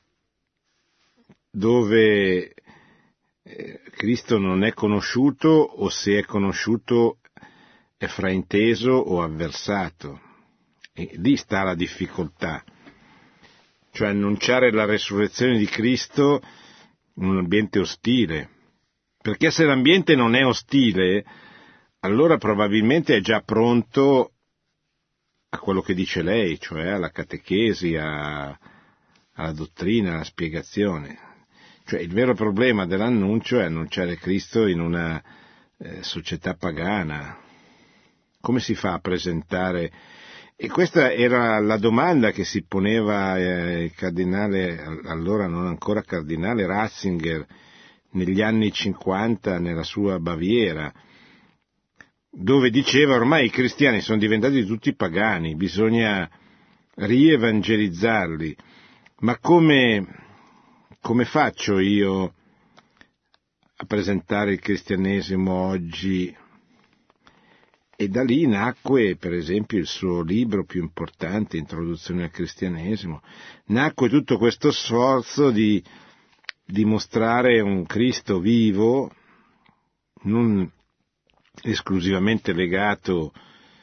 dove Cristo non è conosciuto, o se è conosciuto è frainteso o avversato. E lì sta la difficoltà, cioè annunciare la resurrezione di Cristo in un ambiente ostile, perché se l'ambiente non è ostile, allora probabilmente è già pronto a quello che dice lei, cioè alla catechesi, alla dottrina, alla spiegazione. Cioè il vero problema dell'annuncio è annunciare Cristo in una società pagana. Come si fa a presentare? E questa era la domanda che si poneva il cardinale, allora non ancora cardinale, Ratzinger, negli anni 50 nella sua Baviera, dove diceva ormai i cristiani sono diventati tutti pagani, bisogna rievangelizzarli. Ma come faccio io a presentare il cristianesimo oggi? E da lì nacque, per esempio, il suo libro più importante, Introduzione al cristianesimo. Nacque tutto questo sforzo di mostrare un Cristo vivo, non esclusivamente legato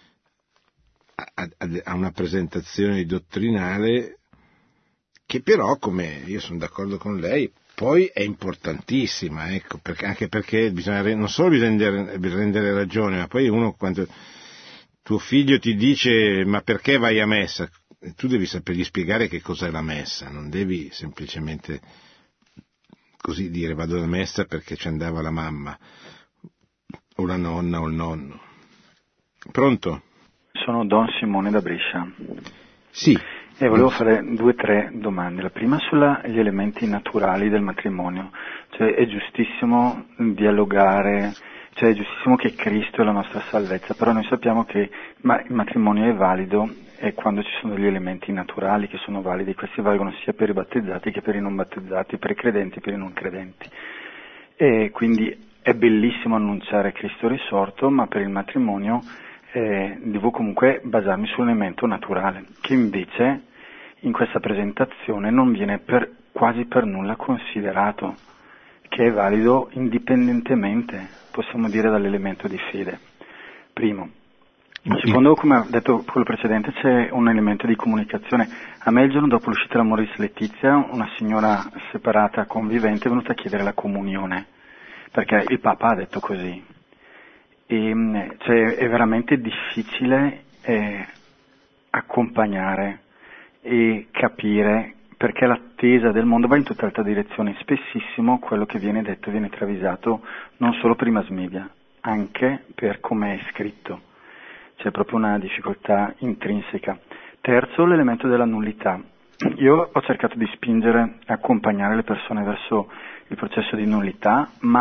a una presentazione dottrinale, che però, come io sono d'accordo con lei, poi è importantissima, ecco, anche perché bisogna non solo rendere ragione, ma poi uno, quando tuo figlio ti dice ma perché vai a messa, tu devi sapergli spiegare che cos'è la messa, non devi semplicemente così dire vado alla messa perché ci andava la mamma o la nonna o il nonno. Pronto? Sono Don Simone da Brescia. Sì. E volevo fare 2 o 3 domande. La prima sugli elementi naturali del matrimonio. Cioè è giustissimo dialogare, cioè è giustissimo che Cristo è la nostra salvezza, però noi sappiamo che il matrimonio è valido e quando ci sono degli elementi naturali che sono validi, questi valgono sia per i battezzati che per i non battezzati, per i credenti e per i non credenti. E quindi è bellissimo annunciare Cristo risorto, ma per il matrimonio devo comunque basarmi su un elemento naturale, che invece in questa presentazione non viene quasi per nulla considerato, che è valido indipendentemente, possiamo dire, dall'elemento di fede. Primo. Secondo, come ha detto quello precedente, c'è un elemento di comunicazione. A me il giorno dopo l'uscita dell'Amoris Letizia, una signora separata convivente è venuta a chiedere la comunione, perché il Papa ha detto così. E, cioè, è veramente difficile accompagnare e capire, perché l'attesa del mondo va in tutt'altra direzione. Spessissimo quello che viene detto viene travisato non solo per i mass media, anche per come è scritto. C'è proprio una difficoltà intrinseca. Terzo, l'elemento della nullità. Io ho cercato di spingere e accompagnare le persone verso il processo di nullità, ma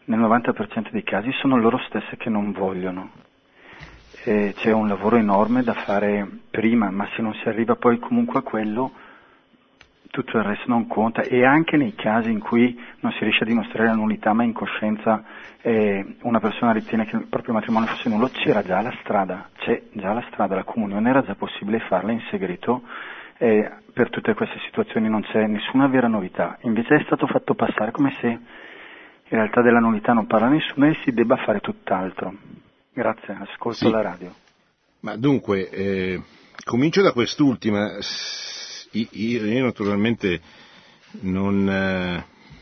nel 90% dei casi sono loro stesse che non vogliono. C'è un lavoro enorme da fare prima, ma se non si arriva poi comunque a quello, tutto il resto non conta. E anche nei casi in cui non si riesce a dimostrare la nullità, ma in coscienza una persona ritiene che il proprio matrimonio fosse nullo, c'è già la strada, la comunione era già possibile farla in segreto. Per tutte queste situazioni non c'è nessuna vera novità, invece è stato fatto passare come se in realtà della nullità non parla nessuno e si debba fare tutt'altro. Grazie, ascolto la radio. Ma dunque, comincio da quest'ultima. Io naturalmente non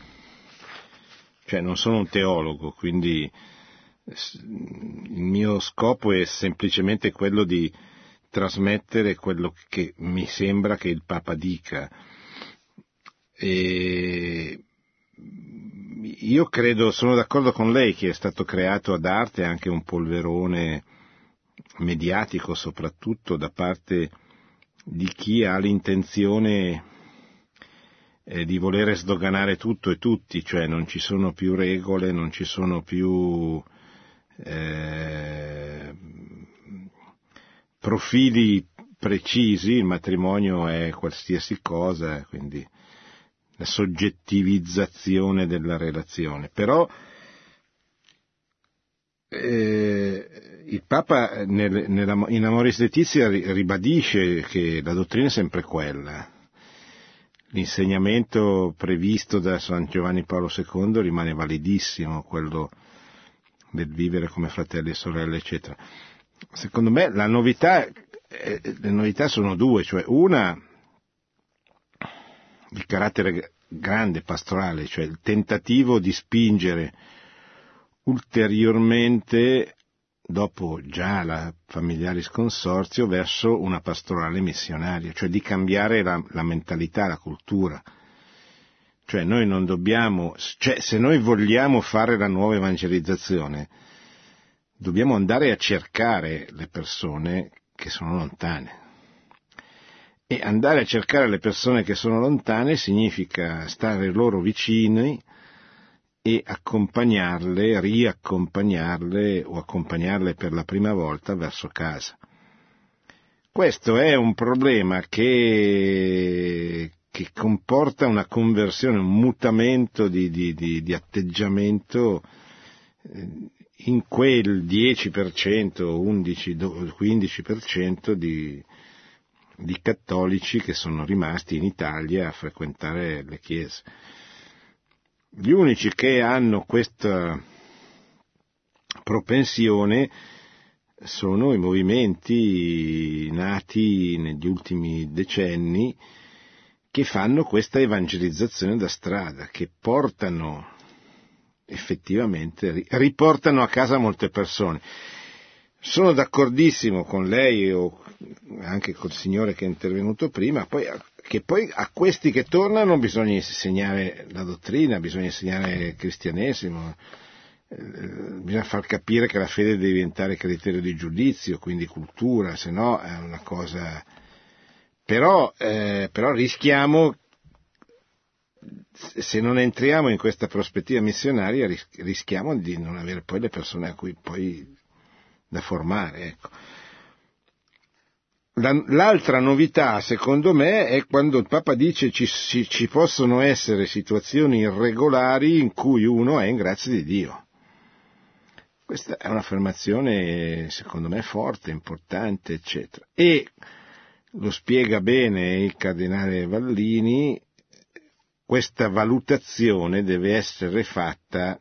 sono un teologo, quindi il mio scopo è semplicemente quello di trasmettere quello che mi sembra che il Papa dica. E io credo, sono d'accordo con lei che è stato creato ad arte anche un polverone mediatico, soprattutto da parte di chi ha l'intenzione di volere sdoganare tutto e tutti, cioè non ci sono più regole, non ci sono più profili precisi, il matrimonio è qualsiasi cosa, quindi la soggettivizzazione della relazione. Però il Papa in Amoris Laetitia ribadisce che la dottrina è sempre quella. L'insegnamento previsto da San Giovanni Paolo II rimane validissimo, quello del vivere come fratelli e sorelle, eccetera. Secondo me le novità sono due, cioè una, il carattere grande pastorale, cioè il tentativo di spingere ulteriormente, dopo già la Familiaris Consorzio, verso una pastorale missionaria, cioè di cambiare la mentalità, la cultura. Cioè noi non dobbiamo, se noi vogliamo fare la nuova evangelizzazione, dobbiamo andare a cercare le persone che sono lontane. E andare a cercare le persone che sono lontane significa stare loro vicini e accompagnarle, riaccompagnarle o accompagnarle per la prima volta verso casa. Questo è un problema che comporta una conversione, un mutamento di atteggiamento in quel 10%, 11, 15% di cattolici che sono rimasti in Italia a frequentare le chiese. Gli unici che hanno questa propensione sono i movimenti nati negli ultimi decenni che fanno questa evangelizzazione da strada, che portano effettivamente, riportano a casa molte persone. Sono d'accordissimo con lei o anche col signore che è intervenuto prima, che poi a questi che tornano bisogna insegnare la dottrina, bisogna insegnare il cristianesimo, bisogna far capire che la fede deve diventare criterio di giudizio, quindi cultura, se no è una cosa. Però rischiamo, se non entriamo in questa prospettiva missionaria, rischiamo di non avere poi le persone a cui poi da formare, ecco. L'altra novità, secondo me, è quando il Papa dice ci possono essere situazioni irregolari in cui uno è in grazia di Dio. Questa è un'affermazione, secondo me, forte, importante, eccetera. E lo spiega bene il Cardinale Vallini, questa valutazione deve essere fatta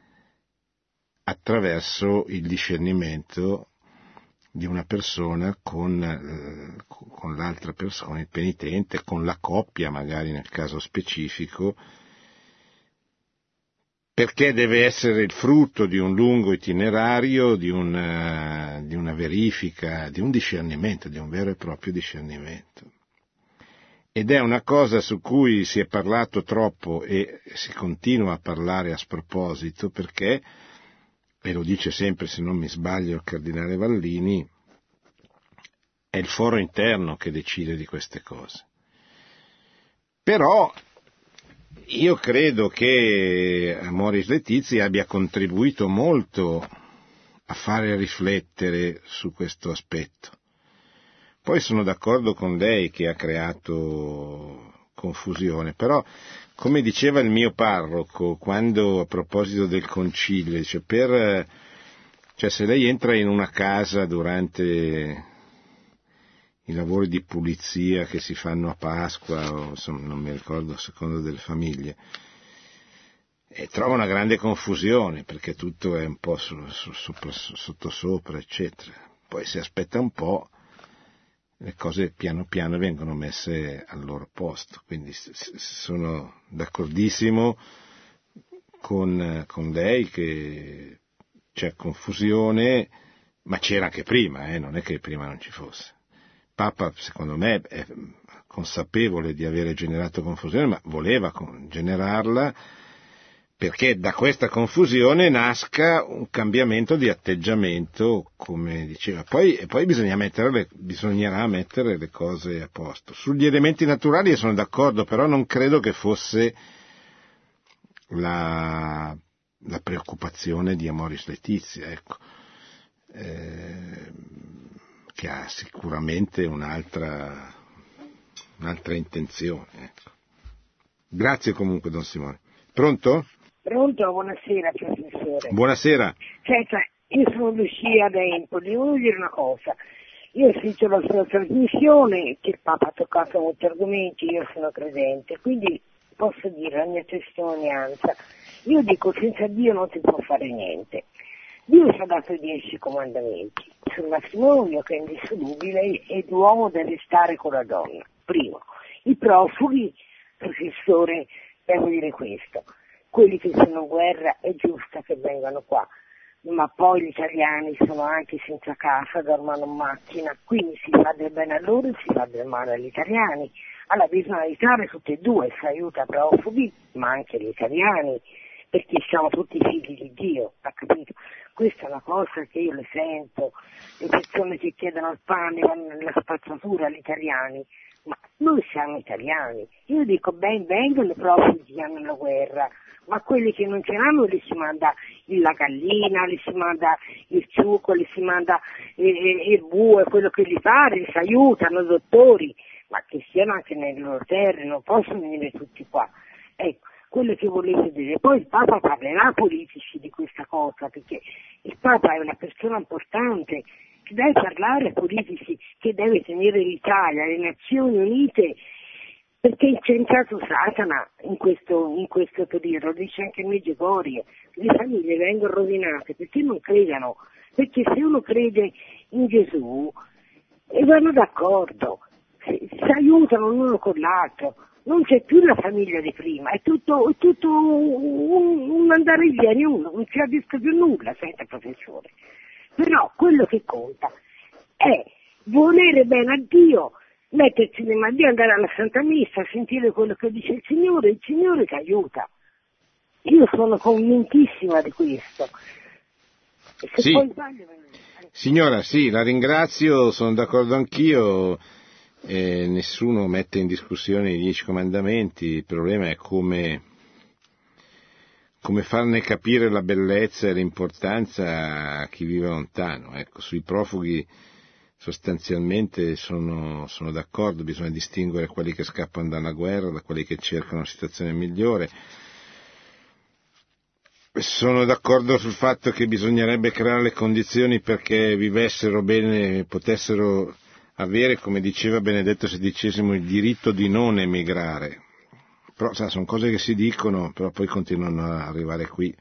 attraverso il discernimento di una persona con l'altra persona, il penitente, con la coppia magari nel caso specifico, perché deve essere il frutto di un lungo itinerario, di una verifica, di un discernimento, di un vero e proprio discernimento. Ed è una cosa su cui si è parlato troppo e si continua a parlare a sproposito, perché, e lo dice sempre, se non mi sbaglio, il Cardinale Vallini, è il foro interno che decide di queste cose. Però io credo che Amoris Laetitia abbia contribuito molto a fare riflettere su questo aspetto. Poi sono d'accordo con lei che ha creato confusione, però come diceva il mio parroco quando a proposito del concilio, dice, se lei entra in una casa durante i lavori di pulizia che si fanno a Pasqua, o insomma, non mi ricordo, a seconda delle famiglie, e trova una grande confusione perché tutto è un po' sottosopra, eccetera. Poi si aspetta un po', le cose piano piano vengono messe al loro posto, quindi sono d'accordissimo con lei che c'è confusione, ma c'era anche prima, non è che prima non ci fosse. Papa, secondo me, è consapevole di avere generato confusione, ma voleva generarla perché da questa confusione nasca un cambiamento di atteggiamento, come diceva. Poi bisognerà mettere le cose a posto. Sugli elementi naturali sono d'accordo, però non credo che fosse la preoccupazione di Amoris Laetitia, ecco. Che ha sicuramente un'altra intenzione. Ecco. Grazie comunque, Don Simone. Pronto? Pronto, buonasera professore. Buonasera. Senta, io sono Lucia da Empoli, volevo dire una cosa. Io ho sentito la sua trasmissione, che il Papa ha toccato molti argomenti, io sono credente, quindi posso dire la mia testimonianza. Io dico, senza Dio non si può fare niente. Dio ci ha dato i 10 comandamenti sul matrimonio, che è indissolubile, e l'uomo deve stare con la donna. Primo, i profughi, professore, devo dire questo, quelli che sono in guerra è giusto che vengano qua, ma poi gli italiani sono anche senza casa, dormono in macchina, quindi si fa del bene a loro e si fa del male agli italiani. Allora bisogna aiutare tutti e due, si aiuta i profughi, ma anche gli italiani, perché siamo tutti figli di Dio, ha capito? Questa è una cosa che io le sento, le persone che chiedono il pane, vanno nella spazzatura agli italiani, ma noi siamo italiani. Io dico, ben vengono i profughi che hanno la guerra, ma quelli che non ce l'hanno li si manda la gallina, li si manda il ciuco, li si manda il bue, quello che gli pare, li si aiutano, dottori, ma che siano anche nelle loro terre, non possono venire tutti qua. Ecco, quello che volevo dire. Poi il Papa parlerà ai politici di questa cosa, perché il Papa è una persona importante, che deve parlare ai politici, che deve tenere l'Italia, le Nazioni Unite, perché c'è entrato Satana in questo periodo, lo dice anche Medjugorje, le famiglie vengono rovinate perché non credono, perché se uno crede in Gesù e vanno d'accordo, si aiutano l'uno con l'altro, non c'è più la famiglia di prima, è tutto un andare via, non si capisce più nulla, senta professore. Però quello che conta è volere bene a Dio, mettersi in Dio, andare alla Santa Messa, sentire quello che dice il Signore ti aiuta. Io sono convintissima di questo. E se sì. poi sbaglio... Signora, sì, la ringrazio, sono d'accordo anch'io, nessuno mette in discussione i 10 comandamenti, il problema è come farne capire la bellezza e l'importanza a chi vive lontano. Ecco, sui profughi sostanzialmente sono d'accordo, bisogna distinguere quelli che scappano da una guerra da quelli che cercano una situazione migliore. Sono d'accordo sul fatto che bisognerebbe creare le condizioni perché vivessero bene, potessero avere, come diceva Benedetto XVI, il diritto di non emigrare. Però sono cose che si dicono, però poi continuano ad arrivare qui.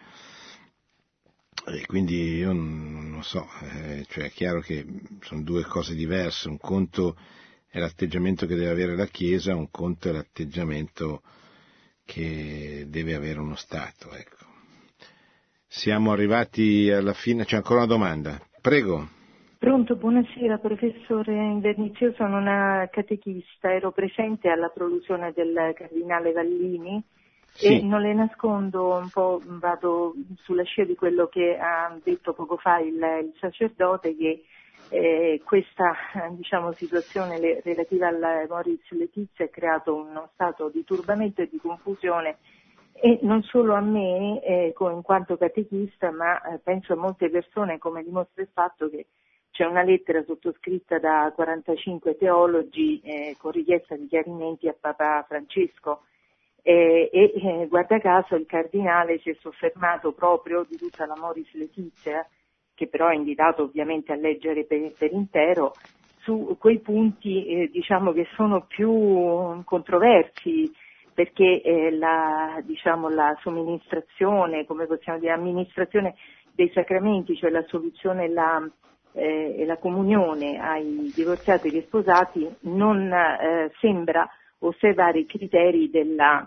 E quindi io non so, cioè è chiaro che sono due cose diverse, un conto è l'atteggiamento che deve avere la Chiesa, un conto è l'atteggiamento che deve avere uno Stato, ecco. Siamo arrivati alla fine, c'è ancora una domanda, prego. Pronto, buonasera professore Invernizio, sono una catechista, ero presente alla prolusione del cardinale Vallini. Sì. E non le nascondo, un po' vado sulla scia di quello che ha detto poco fa il sacerdote, che questa situazione relativa alla Moris Letizia ha creato uno stato di turbamento e di confusione, e non solo a me in quanto catechista, ma penso a molte persone, come dimostra il fatto che c'è una lettera sottoscritta da 45 teologi con richiesta di chiarimenti a Papa Francesco, e guarda caso il cardinale si è soffermato proprio di tutta la Moris Letizia, che però è invitato ovviamente a leggere per intero, su quei punti che sono più controversi, perché la somministrazione, come possiamo dire, amministrazione dei sacramenti, cioè la soluzione e la comunione ai divorziati e agli sposati, non sembra osservare i criteri della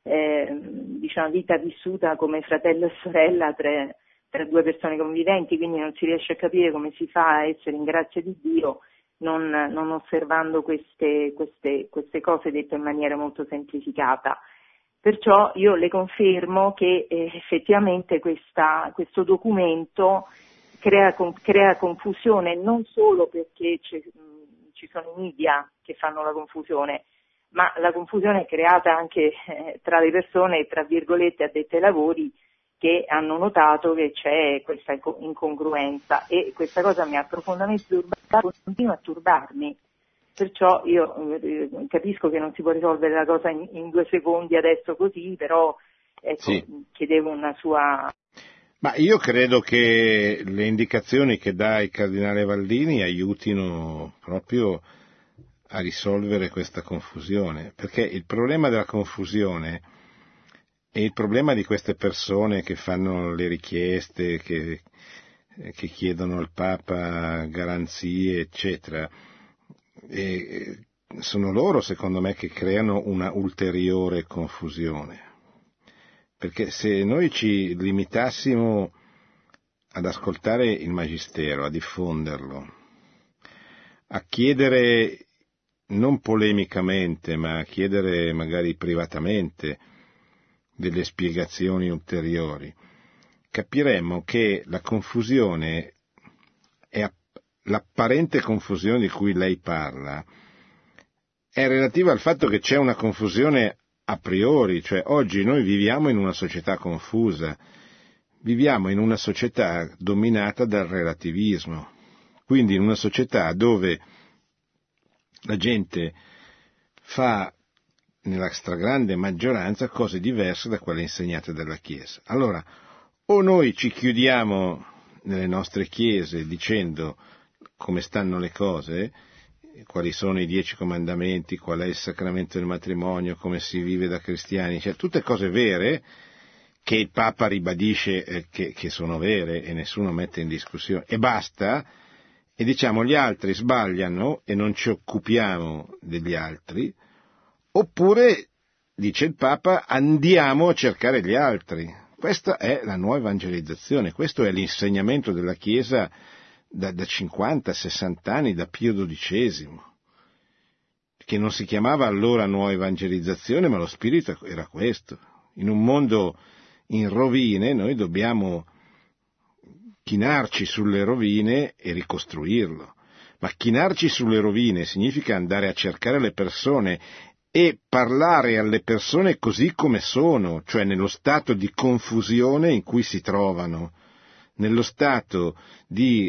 vita vissuta come fratello e sorella tra due persone conviventi, quindi non si riesce a capire come si fa a essere in grazia di Dio non osservando queste cose dette in maniera molto semplificata. Perciò io le confermo che effettivamente questo documento crea confusione, non solo perché ci sono i media che fanno la confusione, ma la confusione è creata anche tra le persone, tra virgolette, addetti ai lavori, che hanno notato che c'è questa incongruenza, e questa cosa mi ha profondamente turbato, continua a turbarmi. Perciò io capisco che non si può risolvere la cosa in 2 secondi adesso così, però chiedevo una sua... Ma io credo che le indicazioni che dà il cardinale Valdini aiutino proprio a risolvere questa confusione, perché il problema della confusione è il problema di queste persone che fanno le richieste, che chiedono al Papa garanzie, eccetera. E sono loro, secondo me, che creano una ulteriore confusione. Perché se noi ci limitassimo ad ascoltare il Magistero, a diffonderlo, a chiedere non polemicamente, ma a chiedere magari privatamente delle spiegazioni ulteriori, capiremmo che la confusione, l'apparente confusione di cui lei parla, è relativa al fatto che c'è una confusione a priori, cioè oggi noi viviamo in una società confusa, viviamo in una società dominata dal relativismo, quindi in una società dove la gente fa nella stragrande maggioranza cose diverse da quelle insegnate dalla Chiesa. Allora, o noi ci chiudiamo nelle nostre chiese dicendo come stanno le cose, quali sono i 10 comandamenti, qual è il sacramento del matrimonio, come si vive da cristiani, cioè tutte cose vere che il Papa ribadisce che sono vere e nessuno mette in discussione, e basta, e diciamo gli altri sbagliano e non ci occupiamo degli altri, oppure, dice il Papa, andiamo a cercare gli altri. Questa è la nuova evangelizzazione, questo è l'insegnamento della Chiesa da 50-60 anni, da Pio XII, che non si chiamava allora nuova evangelizzazione, ma lo spirito era questo. In un mondo in rovine noi dobbiamo chinarci sulle rovine e ricostruirlo, ma chinarci sulle rovine significa andare a cercare le persone e parlare alle persone così come sono, cioè nello stato di confusione in cui si trovano, nello stato di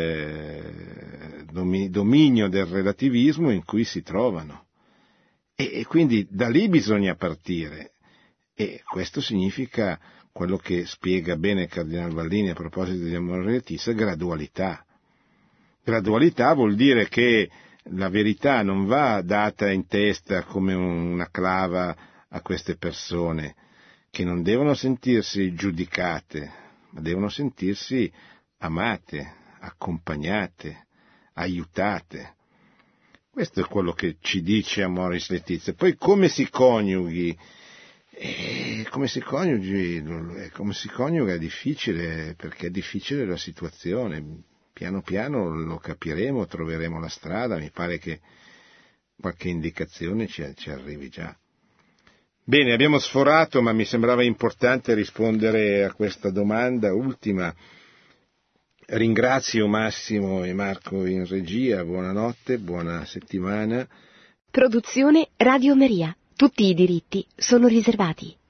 dominio del relativismo in cui si trovano. E quindi da lì bisogna partire, e questo significa quello che spiega bene il Cardinale Valdini a proposito di Amoris Laetitia, gradualità. Gradualità vuol dire che la verità non va data in testa come una clava a queste persone, che non devono sentirsi giudicate, ma devono sentirsi amate, accompagnate, aiutate. Questo è quello che ci dice Amoris Laetitia. Poi come si coniughi? Come si coniuga è difficile, perché è difficile la situazione. Piano piano lo capiremo, troveremo la strada, mi pare che qualche indicazione ci arrivi già. Bene, abbiamo sforato, ma mi sembrava importante rispondere a questa domanda ultima. Ringrazio Massimo e Marco in regia, buonanotte, buona settimana. Produzione Radio Maria. Tutti i diritti sono riservati.